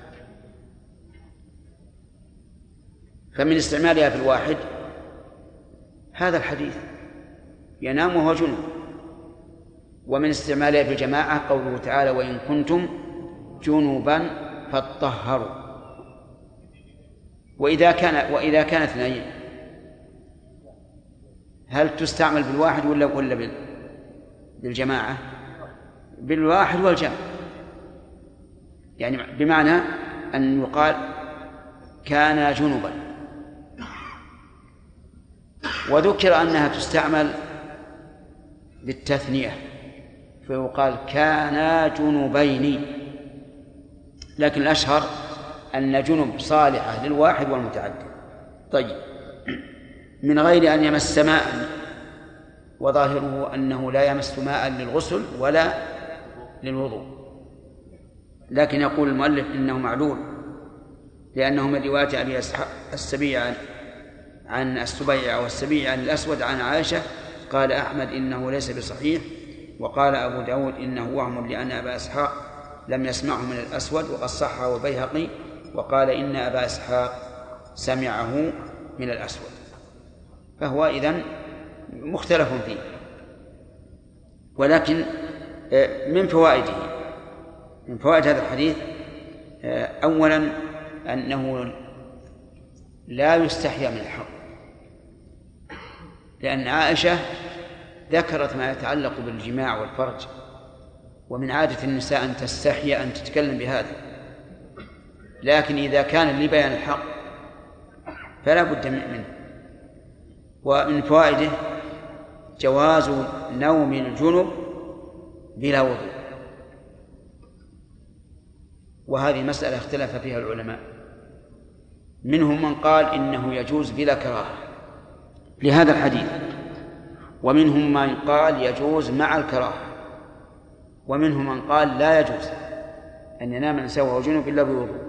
فمن استعمالها في الواحد هذا الحديث ينام وهو جنب، ومن استعمالها في الجماعة قوله تعالى وإن كنتم جنبا فاطهروا. وإذا كان اثنين هل تستعمل بالواحد ولا بالجماعة؟ بالواحد والجمع، يعني بمعنى أن يقال كان جنبا. وذكر أنها تستعمل بالتثنية فيقال كانا جنبين، لكن الأشهر أن جنب صالحة للواحد والمتعدد. طيب، من غير أن يمس ماء، وظاهره أنه لا يمس ماء للغسل ولا للوضوء، لكن يقول المؤلف إنه معلول لأنه من رواية أبي السبيع عن السبيع والسبيع عن الأسود عن عائشة. قال أحمد إنه ليس بصحيح، وقال أبو داود إنه وهم لأن أبا إسحاق لم يسمعه من الأسود، وقد صحه والبيهقي وقال إن أبا إسحاق سمعه من الأسود، فهو إذن مختلف فيه. ولكن من فوائد هذا الحديث أولا أنه لا يستحيا من الحق، لأن عائشة ذكرت ما يتعلق بالجماع والفرج، ومن عادة النساء أن تستحي أن تتكلم بهذا، لكن إذا كان لبيان الحق فلا بد منه. ومن فوائده جواز نوم الجنب بلا وضوء، وهذه مسألة اختلف فيها العلماء، منهم من قال إنه يجوز بلا كراهة لهذا الحديث، ومنهم من قال يجوز مع الكراهة، ومنهم من قال لا يجوز أن ينام الإنسان وهو جنب إلا بوضوء.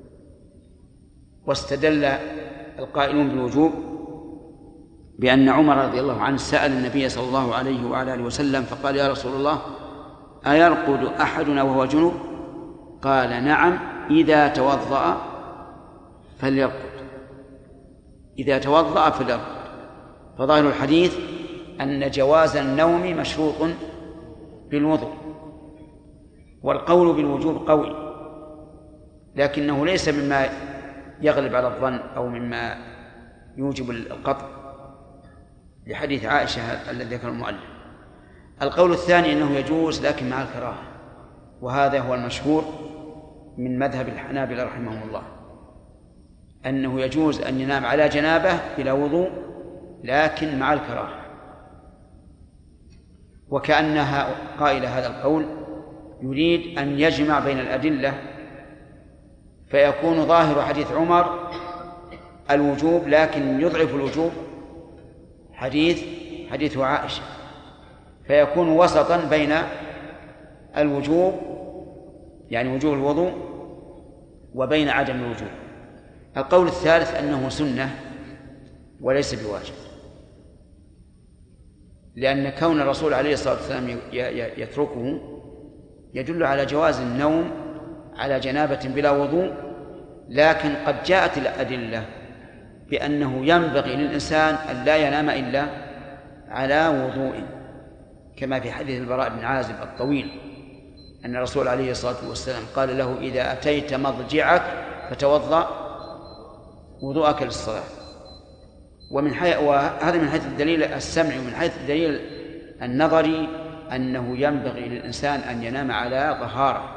واستدل القائلون بالوجوب بأن عمر رضي الله عنه سأل النبي صلى الله عليه وعلى آله وسلم فقال يا رسول الله أيرقد أحدنا وهو جنب؟ قال نعم إذا توضأ فليرقد، إذا توضأ فليرقد. فظاهر الحديث أن جواز النوم مشروط بالوضوء، والقول بالوجوب قوي، لكنه ليس مما يغلب على الظن أو مما يوجب القطع لحديث عائشة الذي ذكر المؤلف. القول الثاني أنه يجوز لكن مع الكراهة، وهذا هو المشهور من مذهب الحنابلة رحمهم الله، أنه يجوز أن ينام على جنابه بلا وضوء لكن مع الكراهة. وكأنها قائل هذا القول يريد أن يجمع بين الأدلة، فيكون ظاهر حديث عمر الوجوب، لكن يضعف الوجوب حديث عائشة، فيكون وسطا بين الوجوب يعني وجوب الوضوء وبين عدم الوجوب. القول الثالث أنه سنة وليس بواجب، لأن كون الرسول عليه الصلاة والسلام يتركه يدل على جواز النوم على جنابة بلا وضوء، لكن قد جاءت الأدلة بأنه ينبغي للإنسان أن لا ينام إلا على وضوء، كما في حديث البراء بن عازب الطويل أن الرسول عليه الصلاة والسلام قال له إذا أتيت مضجعك فتوضأ وضوءك للصلاة. وهذا من حيث الدليل السمعي، ومن حيث الدليل النظري أنه ينبغي للإنسان أن ينام على طهارة،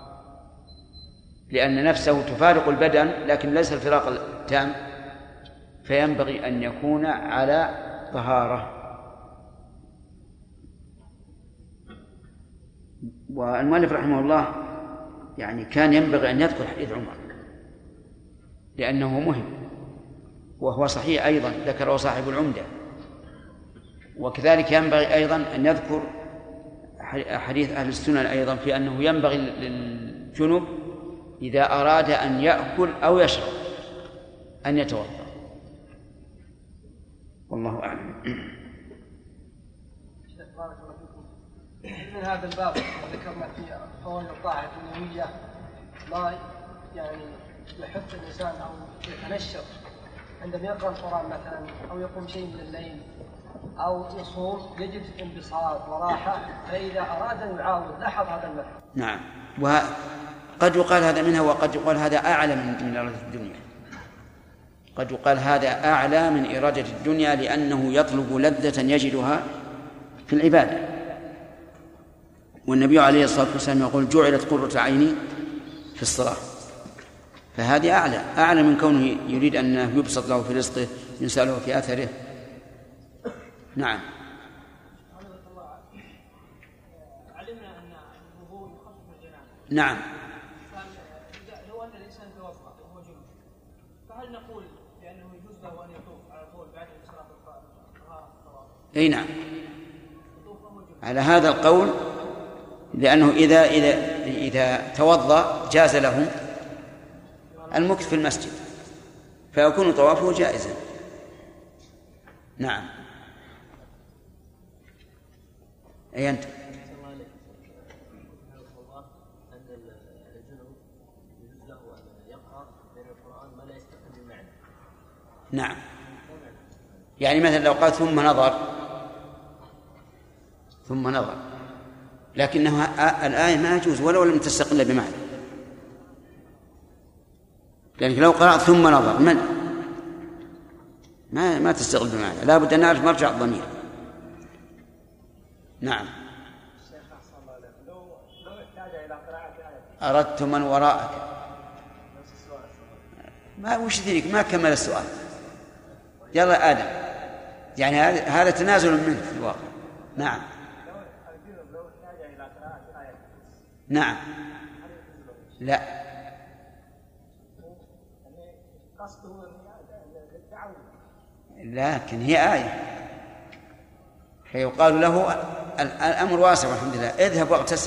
لأن نفسه تفارق البدن لكن ليس الفراق التام، فينبغي أن يكون على طهارة. والمؤلف رحمه الله يعني كان ينبغي أن يذكر حديث عمر لأنه مهم، وهو صحيح أيضا، ذكره صاحب العمدة. وكذلك ينبغي أيضا أن يذكر حديث أهل السنن أيضا في أنه ينبغي للجنب إذا أراد أن يأكل أو يشرب أن يتوضأ. والله أعلم. بارك الله فيكم. من هذا الباب ذكرنا في فوائد الطاعة الدنيوية ما يعني يحث الإنسان أو يتنشط عندما يقرأ القرآن مثلا أو يقوم شيء من الليل أو يصوم يجد انبساط وراحة، فإذا أراد أن يعاود لاحظ هذا المثل. نعم، وقد يقال هذا منها وقد يقال هذا أعلى من إرادة الدنيا. قد يقال هذا أعلى من إرادة الدنيا لأنه يطلب لذة يجدها في العبادة. والنبي عليه الصلاة والسلام يقول جعلت قرة عيني في الصلاة، فهذه أعلى من كونه يريد أن يبسط له في رزقه ينسى له في أثره. نعم. علمنا أن الوضوء يخفف الجنابة. نعم. لو أن الإنسان توضأ وهو جنب، فهل نقول بأنه يجوز له أن يطوف على طول بعد الإسراف الطواف؟ أي نعم، على هذا القول، لأنه إذا توضأ جاز له المكث في المسجد فيكون طوافه جائزا. نعم. أي أنت؟ نعم، يعني مثلا لو قال ثم نظر لكنه الآية ما يجوز ولو لم تستقل بمعنى، لأنك لو قرأت ثم نظر ما تستقل بمعنى، لا بد أن نعرف مرجع الضمير. نعم. أردت من وراءك، ما وش ذلك ما كمل السؤال. يلا آدم، يعني هذا تنازل منه في الواقع. نعم. نعم. لا، لكن هي آية فيقال له الأمر واسع والحمد لله، اذهب واغتسل.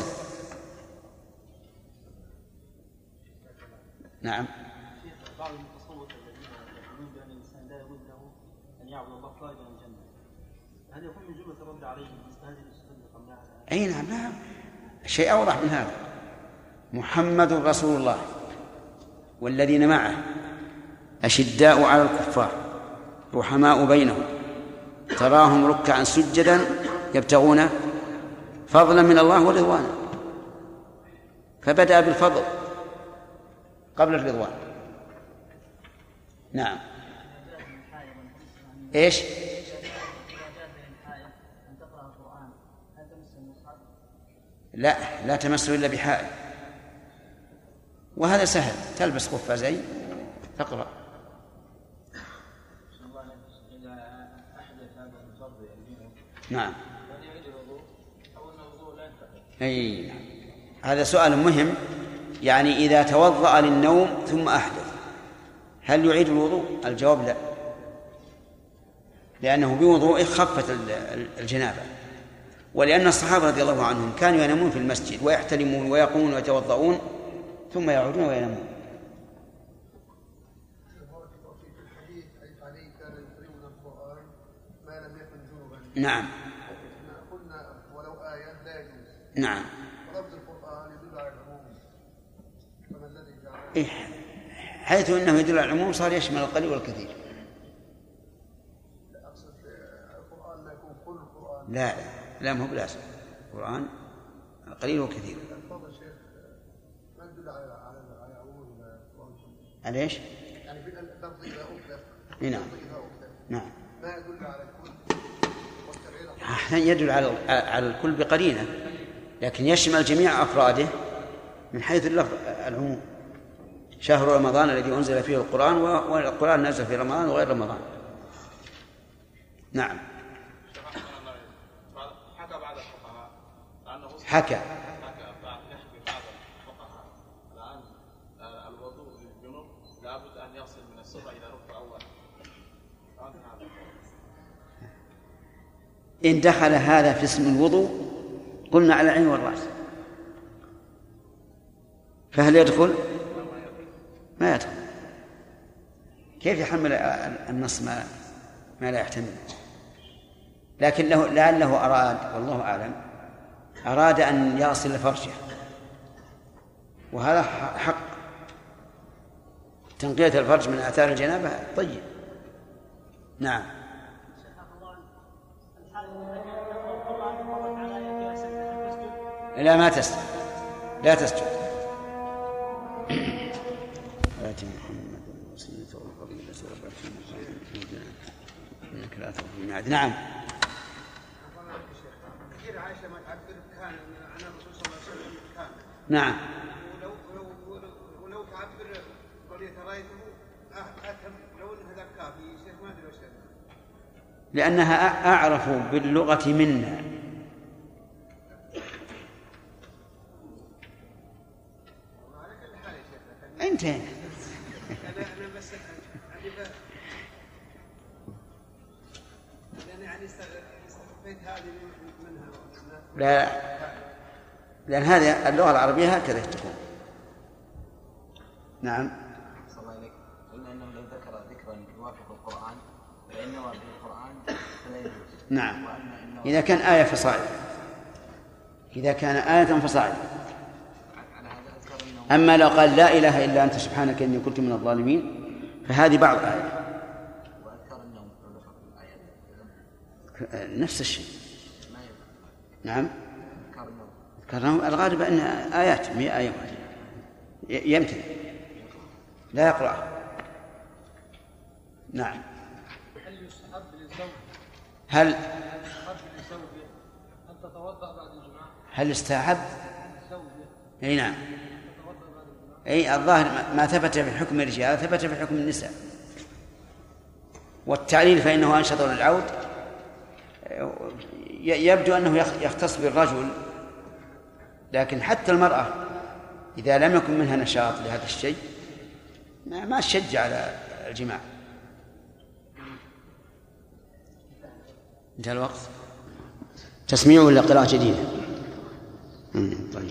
نعم. بعض المتصوفة الذين يقولون بأن الإنسان لا يجوز له أن يعبد الله خارج عن الجنة، هل يكون من جملة الرد عليهم مثل هذه الأسئلة اللي قلناها؟ أي نعم، لا شيء أوضح من هذا. محمد رسول الله والذين معه أشداء على الكفار رحماء بينهم تراهم ركعا سجدا يبتغون فضلا من الله ورضوانا، فبدأ بالفضل قبل الرضوان. نعم. ايش؟ لا تمسه إلا بحائل، وهذا سهل، تلبس قفازين تقرأ. نعم. أي هذا سؤال مهم، يعني إذا توضأ للنوم ثم أحدث هل يعيد الوضوء؟ الجواب لا، لأنه بوضوءه خفت الجنابة، ولأن الصحابة رضي الله عنهم كانوا ينامون في المسجد ويحتلمون ويقومون ويتوضؤون ثم يعودون وينامون. نعم. قلنا ولو آية لا يجوز. نعم. ولفظ القرآن يدل على العموم، فما الذي جعل؟ حيث أنه يدل على العموم صار يشمل القليل والكثير. لا أقصد القرآن ما يكون كل القرآن. لا مو بلازم، القرآن قليل وكثير. تفضل شيخ، ما يدل على عموم القرآن؟ على ايش؟ يعني في اللفظ إذا أطلق. نعم. ما يدل على الكل. أحيانا يدل على الكل بقرينة، لكن يشمل جميع أفراده من حيث العموم. شهر رمضان الذي أنزل فيه القرآن، والقرآن نزل في رمضان وغير رمضان. نعم. حكى بعض الفقهاء حكى بعض الفقهاء الآن الوضوء للجنوب لابد أن يغسل من السرة إلى ركبة أول، إن دخل هذا في اسم الوضوء قلنا على العين والرأس، فهل يدخل؟ ما يدخل. كيف يحمل النص ما لا يحتمل؟ لكن لعله أراد، والله أعلم، أراد أن يصل فرجه، وهذا حق. تنقية الفرج من آثار الجنابة طيب. نعم. لا، ما تسجد، لا تسجد. آتي محمد وسنة والفضيلة إنك لا تغفر الميعاد. نعم. كثير عائشة ما تعبر كان عن الرسول صلى الله عليه وسلم كان. نعم. ولو تعبر قضية رأيته أتم لو أن هذا كافي شيخ ما أدري وش. لأنها أعرف باللغة منا. انتهينا. أنا بس يعني استخفيت هذه منها. لا، لأن هذه اللغة العربية هكذا تكون. نعم. صلى الله عليك. قلنا أنه لو ذكر ذكرا يوافق القرآن فإنه في القرآن فلا يجوز. نعم. إذا كان آية فصاعدا، إذا كان آية فصاعدا. أما لو قال لا إله إلا أنت سبحانك إني كنت من الظالمين فهذه بعض آية. نفس الشيء. نعم. كرنهم الغالب أن آيات 100 آية يمتنع لا يقرأ. نعم. هل يستحب للزوج هل أن تتوضأ بعد الجماعة؟ هل يستحب؟ أي نعم. أي الظاهر ما ثبت في حكم الرجال ثبت في حكم النساء. والتعليل فإنه أنشط للعود، يبدو أنه يختص بالرجل، لكن حتى المرأة إذا لم يكن منها نشاط لهذا الشيء ما تشجع على الجماع. انتهى الوقت. تسميع ولا قراءة جديدة؟ طيب.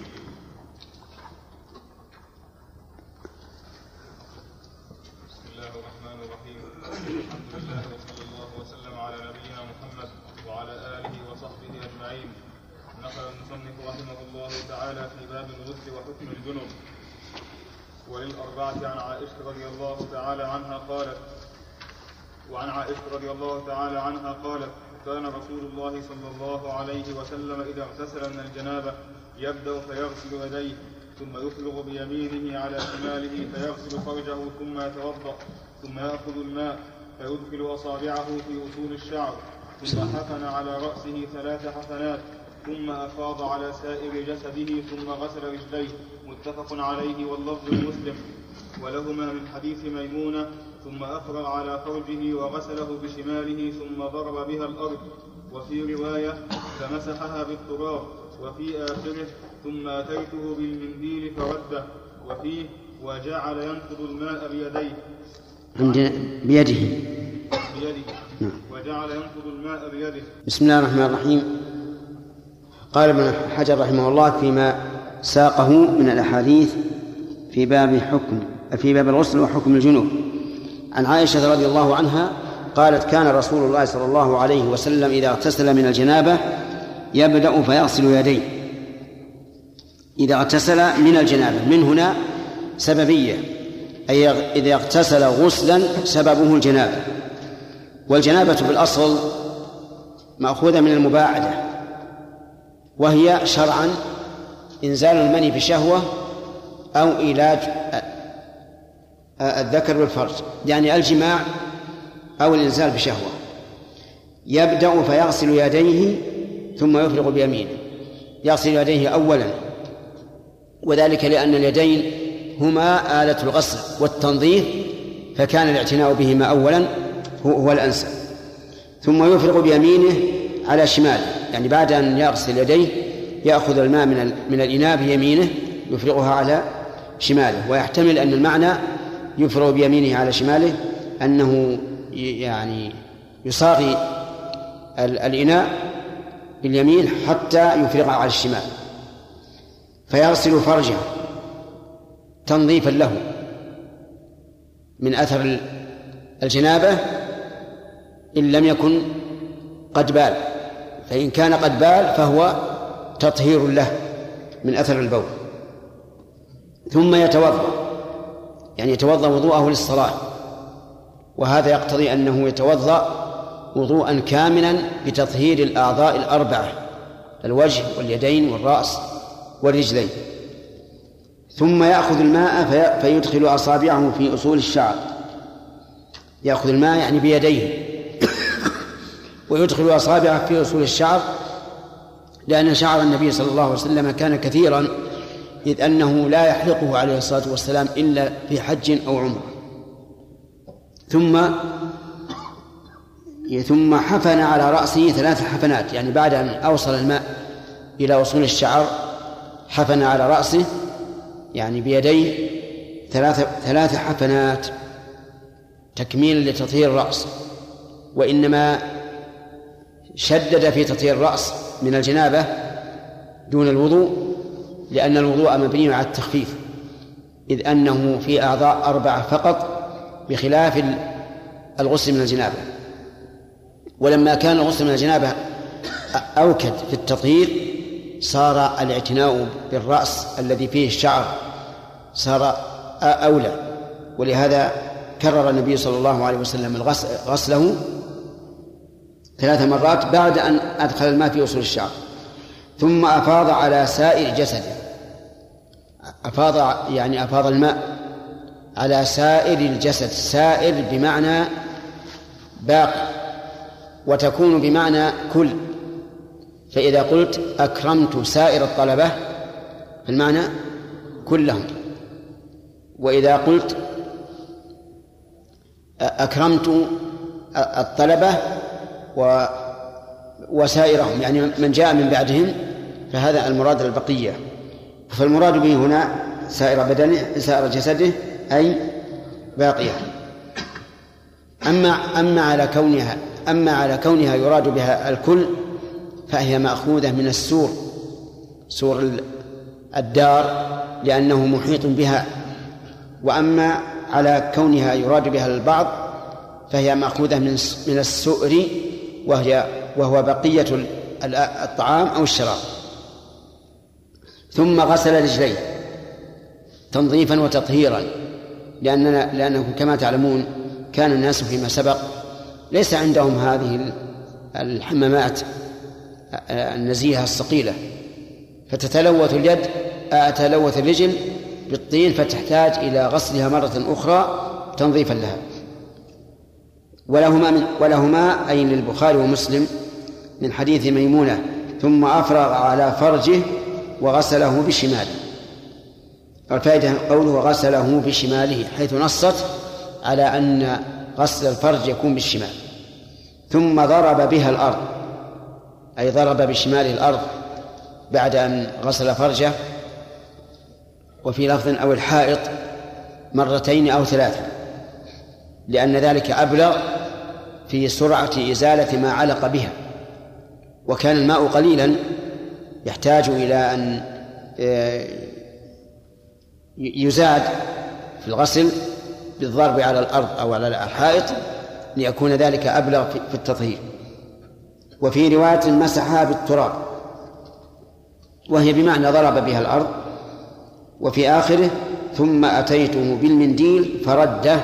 رحمه الله تعالى في باب الغسل وحكم الجنب. وللأربعة عن عائشة رضي الله تعالى عنها قالت وعن عائشة رضي الله تعالى عنها قالت كان رسول الله صلى الله عليه وسلم إذا اغتسل من الجنابة يبدأ فيغسل يديه ثم يفرغ بيمينه على شماله فيغسل فرجه ثم يتوضأ ثم يأخذ الماء فيدخل أصابعه في أصول الشعر ثم حفن على رأسه 3 حفنات ثم أفاض على سائر جسده ثم غسل رجليه. متفق عليه واللفظ المسلم ولهما من حديث ميمونة ثم أفرغ على فرجه وغسله بشماله ثم ضرب بها الأرض. وفي رواية فمسحها بالتراب. وفي آخره ثم أتيته بالمنديل فرده. وفيه وجعل ينفض الماء بيده وجعل ينفض الماء بيده. بسم الله الرحمن الرحيم. قال ابن حجر رحمه الله فيما ساقه من الأحاديث في باب الغسل وحكم الجنوب عن عائشة رضي الله عنها قالت كان رسول الله صلى الله عليه وسلم إذا اغتسل من الجنابة يبدأ فيغسل يديه. إذا اغتسل من الجنابة، من هنا سببية، أي إذا اغتسل غسلا سببه الجنابة. والجنابة بالأصل مأخوذة من المباعدة، وهي شرعا إنزال المني بشهوة أو إيلاج الذكر بالفرج، يعني الجماع أو الإنزال بشهوة. يبدأ فيغسل يديه ثم يفرغ بيمينه. يغسل يديه أولا، وذلك لأن اليدين هما آلة الغسل والتنظيف، فكان الاعتناء بهما أولا هو الأنسب. ثم يفرغ بيمينه على شماله، يعني بعد أن يغسل يديه يأخذ الماء من الإناء بيمينه يفرغها على شماله. ويحتمل أن المعنى يفرغ بيمينه على شماله أنه يعني يصاغي الإناء باليمين حتى يفرغ على الشمال، فيغسل فرجه تنظيفا له من أثر الجنابة إن لم يكن قد بال، فإن كان قد بال فهو تطهير له من أثر البول. ثم يتوضأ، يعني يتوضأ وضوءه للصلاة، وهذا يقتضي أنه يتوضأ وضوءا كاملا بتطهير الأعضاء الأربعة: الوجه واليدين والرأس والرجلين. ثم يأخذ الماء فيدخل أصابعه في أصول الشعر. يأخذ الماء يعني بيديه ويدخل أصابعه في أصول الشعر، لأن شعر النبي صلى الله عليه وسلم كان كثيرا، إذ أنه لا يحلقه عليه الصلاة والسلام إلا في حج أو عمرة. ثم حفن على رأسه 3 حفنات، يعني بعد أن أوصل الماء إلى أصول الشعر حفن على رأسه، يعني بيديه 3 حفنات تكميلا لتطهير الرأس. وإنما شدد في تطهير الرأس من الجنابة دون الوضوء، لأن الوضوء مبني على التخفيف، إذ أنه في أعضاء 4 فقط بخلاف الغسل من الجنابة. ولما كان الغسل من الجنابة أوكد في التطهير صار الاعتناء بالرأس الذي فيه الشعر صار أولى، ولهذا كرر النبي صلى الله عليه وسلم غسله 3 مرات بعد أن أدخل الماء في أصول الشعر. ثم أفاض على سائر جسده، أفاض الماء على سائر الجسد. سائر بمعنى باقي، وتكون بمعنى كل، فإذا قلت أكرمت سائر الطلبة المعنى كلهم، وإذا قلت أكرمت الطلبة وسائرهم يعني من جاء من بعدهم، فهذا المراد البقية. فالمراد به هنا سائر بدنه سائر جسده أي باقية. أما على كونها يراد بها الكل فهي مأخوذة من السور، سور الدار، لأنه محيط بها. وأما على كونها يراد بها البعض فهي مأخوذة من السؤر، وهو بقية الطعام أو الشراب. ثم غسل رجليه تنظيفا وتطهيرا، لأنه كما تعلمون كان الناس فيما سبق ليس عندهم هذه الحمامات النزيهة الثقيلة، تتلوث الرجل بالطين، فتحتاج إلى غسلها مرة أخرى تنظيفا لها. ولهما أي للبخاري ومسلم من حديث ميمونة: ثم أفرغ على فرجه وغسله بشماله. الفائدة قوله وغسله بشماله، حيث نصت على أن غسل الفرج يكون بالشمال. ثم ضرب بها الأرض، أي ضرب بشماله الأرض بعد أن غسل فرجه، وفي لفظ أو الحائط 2 أو 3، لأن ذلك أبلغ في سرعة إزالة ما علق بها. وكان الماء قليلا يحتاج إلى أن يزاد في الغسل بالضرب على الأرض أو على الحائط ليكون ذلك أبلغ في التطهير. وفي رواية مسحها بالتراب، وهي بمعنى ضرب بها الأرض. وفي آخره ثم أتيته بالمنديل فرده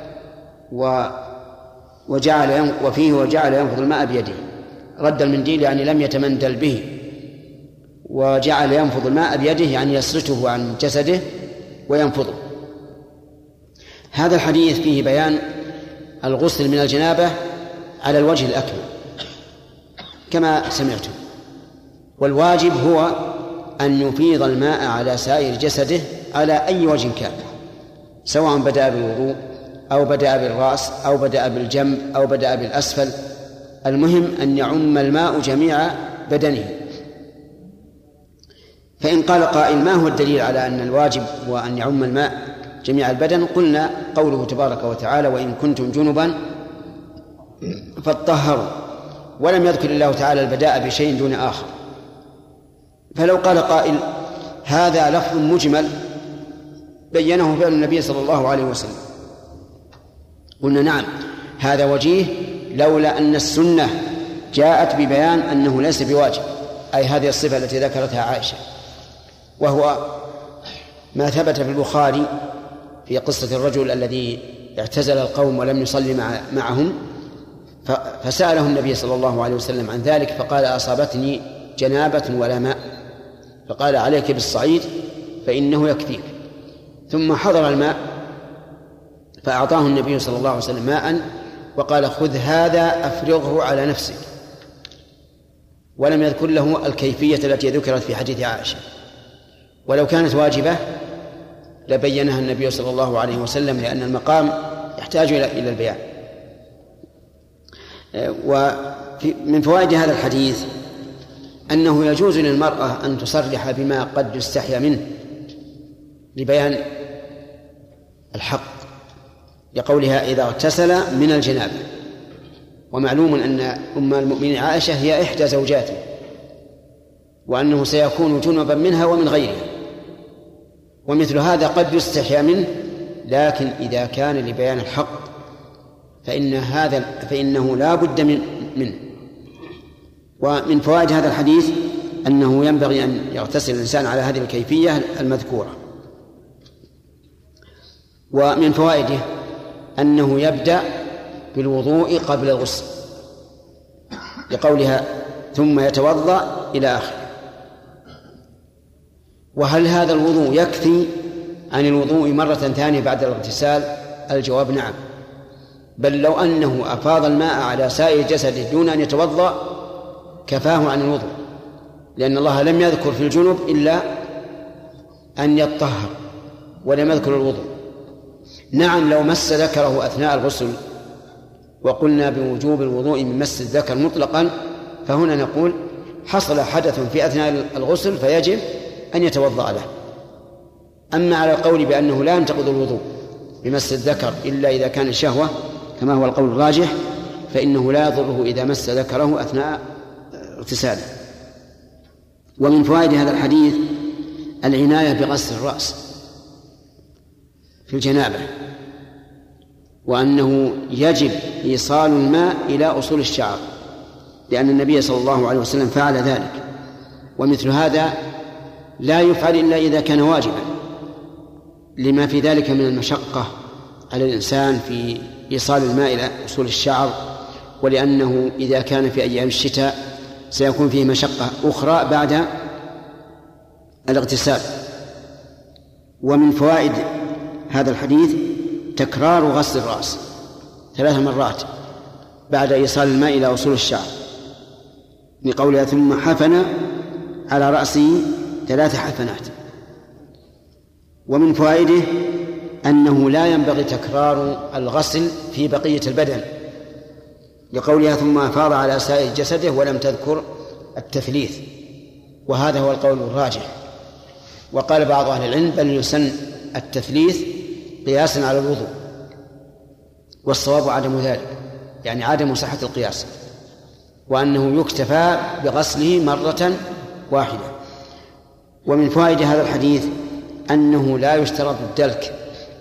وجعل ينفض الماء بيده. رد المنديل يعني لم يتمندل به، وجعل ينفض الماء بيده يعني يسرته عن جسده وينفضه. هذا الحديث فيه بيان الغسل من الجنابة على الوجه الأكمل كما سمعتم، والواجب هو أن يفيض الماء على سائر جسده على أي وجه كان، سواء بدأ بالوضوء أو بدأ بالرأس أو بدأ بالجنب أو بدأ بالأسفل، المهم أن يعم الماء جميع بدنه. فإن قال قائل: ما هو الدليل على أن الواجب هو أن يعم الماء جميع البدن؟ قلنا قوله تبارك وتعالى: وإن كنتم جنبا فاطهروا. ولم يذكر الله تعالى البداء بشيء دون آخر. فلو قال قائل هذا لفظ مجمل بينه فعل النبي صلى الله عليه وسلم، قلنا نعم هذا وجيه، لولا أن السنة جاءت ببيان أنه ليس بواجب، أي هذه الصفة التي ذكرتها عائشة، وهو ما ثبت في البخاري في قصة الرجل الذي اعتزل القوم ولم يصلي معهم، فسأله النبي صلى الله عليه وسلم عن ذلك فقال أصابتني جنابة ولا ماء، فقال عليك بالصعيد فإنه يكفيك. ثم حضر الماء فأعطاه النبي صلى الله عليه وسلم ماء وقال خذ هذا أفرغه على نفسك، ولم يذكر له الكيفية التي ذكرت في حديث عائشة. ولو كانت واجبة لبينها النبي صلى الله عليه وسلم، لأن المقام يحتاج إلى البيان. ومن فوائد هذا الحديث أنه يجوز للمرأة أن تصرح بما قد يستحيا منه لبيان الحق، لقولها إذا اغتسل من الجنابة، ومعلوم أن أم المؤمنين عائشة هي إحدى زوجاته، وأنه سيكون جنبا منها ومن غيرها، ومثل هذا قد يستحيا منه، لكن إذا كان لبيان الحق فإنه لا بد منه. ومن فوائد هذا الحديث أنه ينبغي أن يغتسل الإنسان على هذه الكيفية المذكورة. ومن فوائده أنه يبدأ بالوضوء قبل الغسل، لقولها ثم يتوضأ إلى آخره. وهل هذا الوضوء يكفي عن الوضوء مرة ثانية بعد الاغتسال؟ الجواب نعم، بل لو أنه أفاض الماء على سائر جسده دون أن يتوضأ كفاه عن الوضوء، لأن الله لم يذكر في الجنب إلا أن يطهر ولم يذكر الوضوء. نعم لو مس ذكره أثناء الغسل وقلنا بوجوب الوضوء من مس الذكر مطلقا، فهنا نقول حصل حدث في أثناء الغسل فيجب أن يتوضأ له. أما على القول بأنه لا ينتقض الوضوء بمس الذكر إلا إذا كان الشهوة كما هو القول الراجح، فإنه لا يضره إذا مس ذكره أثناء اغتساله. ومن فوائد هذا الحديث العناية بغسل الرأس في الجنابة، وأنه يجب إيصال الماء إلى أصول الشعر، لأن النبي صلى الله عليه وسلم فعل ذلك. ومثل هذا لا يفعل إلا إذا كان واجبا، لما في ذلك من المشقة على الإنسان في إيصال الماء إلى أصول الشعر، ولأنه إذا كان في أيام الشتاء سيكون فيه مشقة أخرى بعد الاغتسال. ومن فوائد هذا الحديث تكرار غسل الرأس 3 مرات بعد إيصال الماء إلى أصول الشعر، لقولها ثم حفن على رأسه 3 حفنات. ومن فوائده أنه لا ينبغي تكرار الغسل في بقية البدن، لقولها ثم أفاض على سائر جسده ولم تذكر التثليث، وهذا هو القول الراجح. وقال بعض أهل العلم بل يسن التثليث قياسا على الوضوء، والصواب عدم ذلك، يعني عدم صحة القياس، وأنه يكتفى بغسله مرة واحدة. ومن فوائد هذا الحديث أنه لا يشترط الدلك،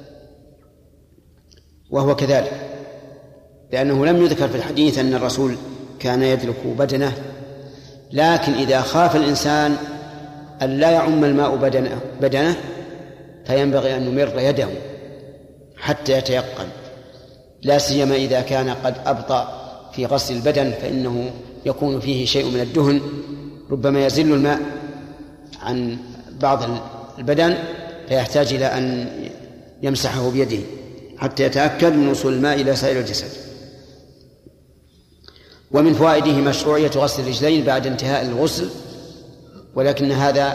وهو كذلك، لأنه لم يذكر في الحديث أن الرسول كان يدلك بدنه، لكن إذا خاف الإنسان أن لا يعم الماء بدنه فينبغي أن يمر يده حتى يتيقن، لا سيما إذا كان قد أبطأ في غسل البدن، فإنه يكون فيه شيء من الدهن ربما يزل الماء عن بعض البدن فيحتاج إلى أن يمسحه بيده حتى يتأكد من وصول الماء إلى سائر الجسد. ومن فوائده مشروعية غسل الرجلين بعد انتهاء الغسل، ولكن هذا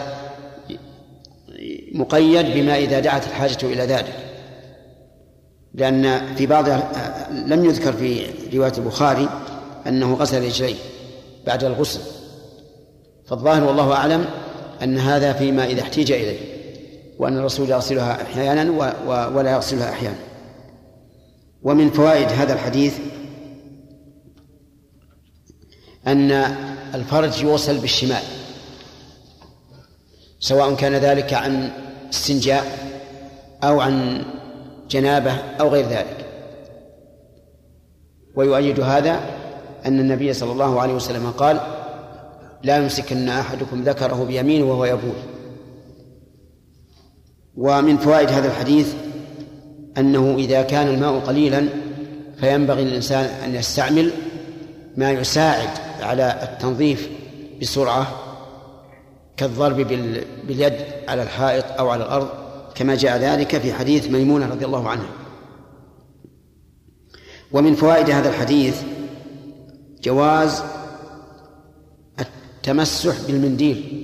مقيد بما إذا دعت الحاجة إلى ذلك، لأن في بعض لم يذكر في رواية البخاري أنه غسل رجليه بعد الغسل، فالظاهر والله أعلم أن هذا فيما إذا احتيج إليه، وأن الرسول يغسلها أحيانا ولا يغسلها أحيانا. ومن فوائد هذا الحديث أن الفرج يوصل بالشمال، سواء كان ذلك عن استنجاء أو عن جنابة أو غير ذلك. ويؤيد هذا أن النبي صلى الله عليه وسلم قال: لا يمسكن أحدكم ذكره بيمينه وهو يبول. ومن فوائد هذا الحديث أنه إذا كان الماء قليلا فينبغي للإنسان أن يستعمل ما يساعد على التنظيف بسرعة، كالضرب باليد على الحائط أو على الأرض، كما جاء ذلك في حديث ميمونة رضي الله عنها. ومن فوائد هذا الحديث جواز التمسح بالمنديل.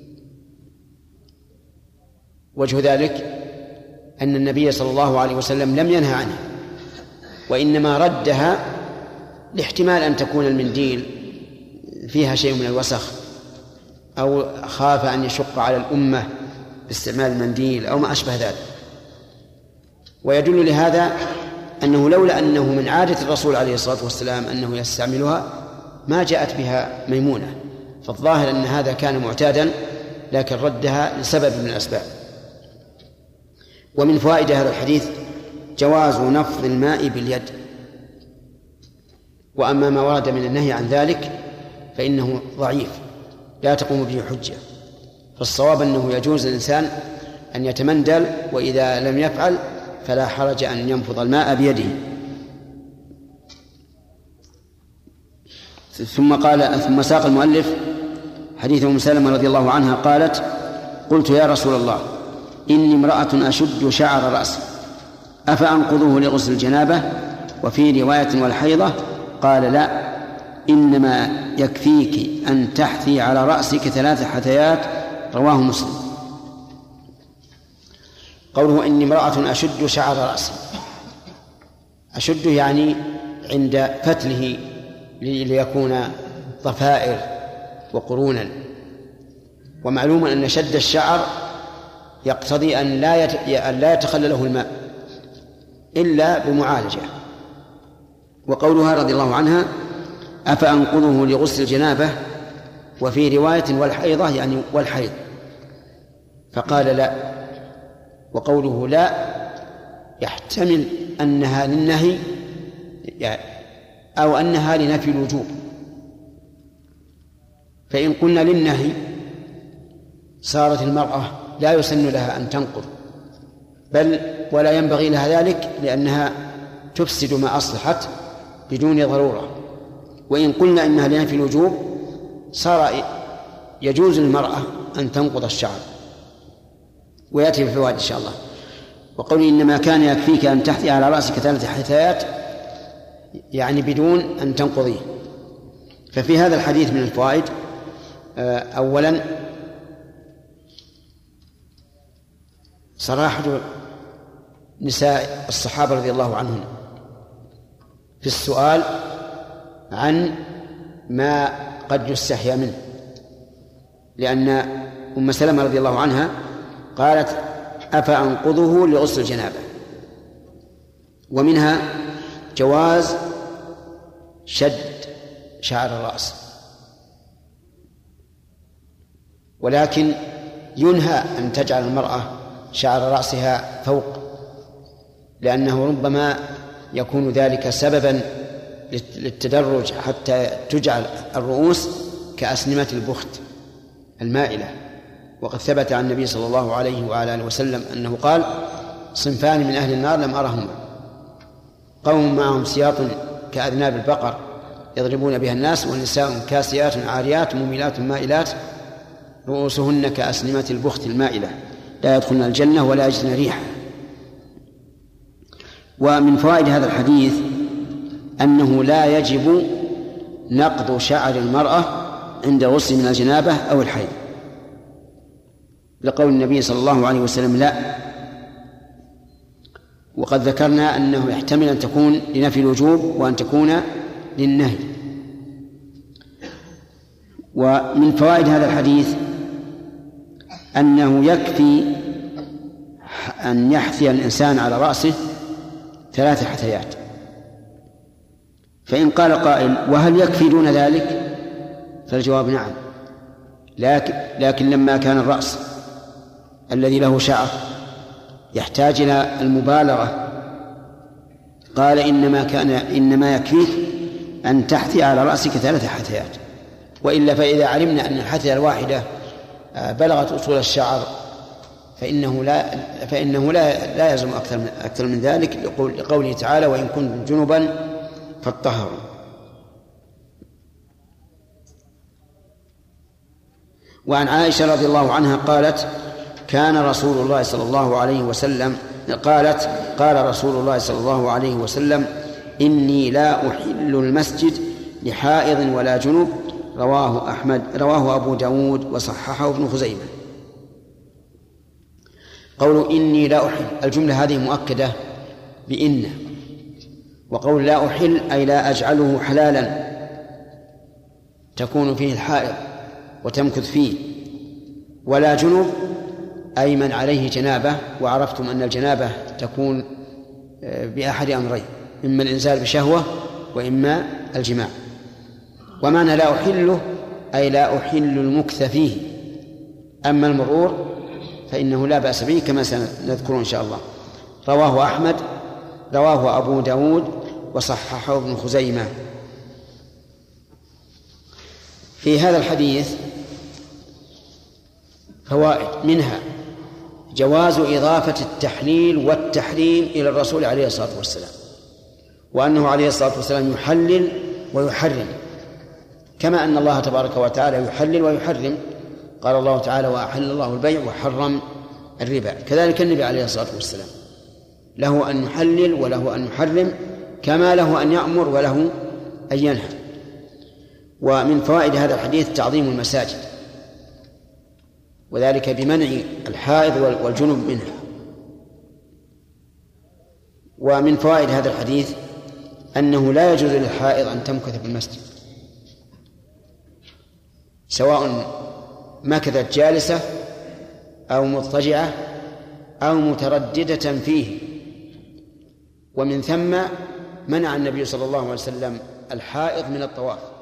وجه ذلك أن النبي صلى الله عليه وسلم لم ينهى عنها، وإنما ردها لاحتمال أن تكون المنديل فيها شيء من الوسخ، أو خاف أن يشق على الأمة باستعمال المنديل أو ما أشبه ذلك. ويدل لهذا أنه لولا أنه من عادة الرسول عليه الصلاة والسلام أنه يستعملها ما جاءت بها ميمونة، فالظاهر أن هذا كان معتادا، لكن ردها لسبب من الأسباب. ومن فوائد هذا الحديث جواز نفض الماء باليد. وأما ما ورد من النهي عن ذلك فإنه ضعيف لا تقوم به حجة، فالصواب أنه يجوز للإنسان أن يتمندل، وإذا لم يفعل فلا حرج أن ينفض الماء بيده. ثم ساق المؤلف حديث أم سلمة رضي الله عنها قالت: قلت يا رسول الله إني امرأة أشد شعر رأسي أفأنقضه لغسل الجنابة؟ وفي رواية والحيضة. قال: لا، إنما يكفيك أن تحثي على رأسك 3 حثيات. رواه مسلم. قوله إني امرأة أشد شعر رأسي، أشد يعني عند فتله ليكون ضفائر وقرونا. ومعلوم أن شد الشعر يقتضي أن لا يتخلله الماء إلا بمعالجة. وقولها رضي الله عنها: أفأنقضه لغسل الجنابة؟ وفي رواية والحيضة يعني والحيض. فقال: لا. وقوله لا يحتمل أنها للنهي أو أنها لنفي الوجوب. فإن قلنا للنهي صارت المرأة لا يسن لها أن تنقض، بل ولا ينبغي لها ذلك، لأنها تفسد ما أصلحت بدون ضرورة. وإن قلنا إنها لنفي الوجوب صار يجوز للمرأة أن تنقض الشعر، ويأتي في الفوائد إن شاء الله. وقول إنما كان يكفيك أن تحثي على رأسك 3 حثيات يعني بدون أن تنقضيه. ففي هذا الحديث من الفوائد: أولا صراحة نساء الصحابة رضي الله عنهم في السؤال عن ما قد يستحيا منه، لأن أم سلمة رضي الله عنها قالت: أفأنقضه لغسل الجنابة. ومنها جواز شد شعر الرأس، ولكن ينهى أن تجعل المرأة شعر رأسها فوق، لأنه ربما يكون ذلك سببا للتدرج حتى تجعل الرؤوس كأسنمة البخت المائلة. وقد ثبت عن النبي صلى الله عليه وعلى آله وسلم أنه قال: صنفان من أهل النار لم أرهما، قوم معهم سياط كأذناب البقر يضربون بها الناس، ونساء كاسيات عاريات مميلات مائلات رؤوسهن كأسنمة البخت المائلة لا يدخلن الجنة ولا يجدن ريحها. ومن فوائد هذا الحديث أنه لا يجب نقض شعر المرأة عند غسل من الجنابة أو الحيض، لقول النبي صلى الله عليه وسلم: لا. وقد ذكرنا أنه يحتمل أن تكون لنفي الوجوب وأن تكون للنهي. ومن فوائد هذا الحديث أنه يكفي أن يحثي الإنسان على رأسه 3 حثيات. فإن قال قائل: وهل يكفي دون ذلك؟ فالجواب نعم، لكن لما كان الرأس الذي له شعر يحتاج إلى المبالغة قال إنما يكفيك أن تحثي على رأسك 3 حثيات، وإلا فإذا علمنا أن الحثية الواحدة بلغت أصول الشعر فإنه لا يلزم أكثر من ذلك، لقوله تعالى وإن كنتم جنبا فاطهروا. وعن عائشة رضي الله عنها قالت كان رسول الله صلى الله عليه وسلم قال رسول الله صلى الله عليه وسلم إني لا أحل المسجد لحائض ولا جنب، رواه أبو داود وصححه ابن خزيمة. قول إني لا أحل، الجملة هذه مؤكدة بإن، وقول لا أحل أي لا أجعله حلالا تكون فيه الحائض وتمكث فيه، ولا جنب أي من عليه جنابة، وعرفتم أن الجنابة تكون بأحد أمرين، إما الإنزال بشهوة وإما الجماع. ومعنى لا أحله أي لا أحل المكث فيه، أما المرور فإنه لا بأس به كما سنذكر إن شاء الله. رواه أحمد، رواه أبو داود وصححه ابن خزيمة. في هذا الحديث فوائد، منها جواز إضافة التحليل والتحريم إلى الرسول عليه الصلاة والسلام، وأنه عليه الصلاة والسلام يحلل ويحرم، كما أن الله تبارك وتعالى يحلل ويحرم. قال الله تعالى وأحل الله البيع وحرم الربا، كذلك النبي عليه الصلاة والسلام له أن يحلل وله أن يحرم، كما له أن يأمر وله أن ينهى. ومن فوائد هذا الحديث تعظيم المساجد، وذلك بمنع الحائض والجنب منها. ومن فوائد هذا الحديث أنه لا يجوز للحائض أن تمكث في المسجد، سواء مكثت جالسة أو مضطجعة أو مترددة فيه. ومن ثم منع النبي صلى الله عليه وسلم الحائض من الطواف.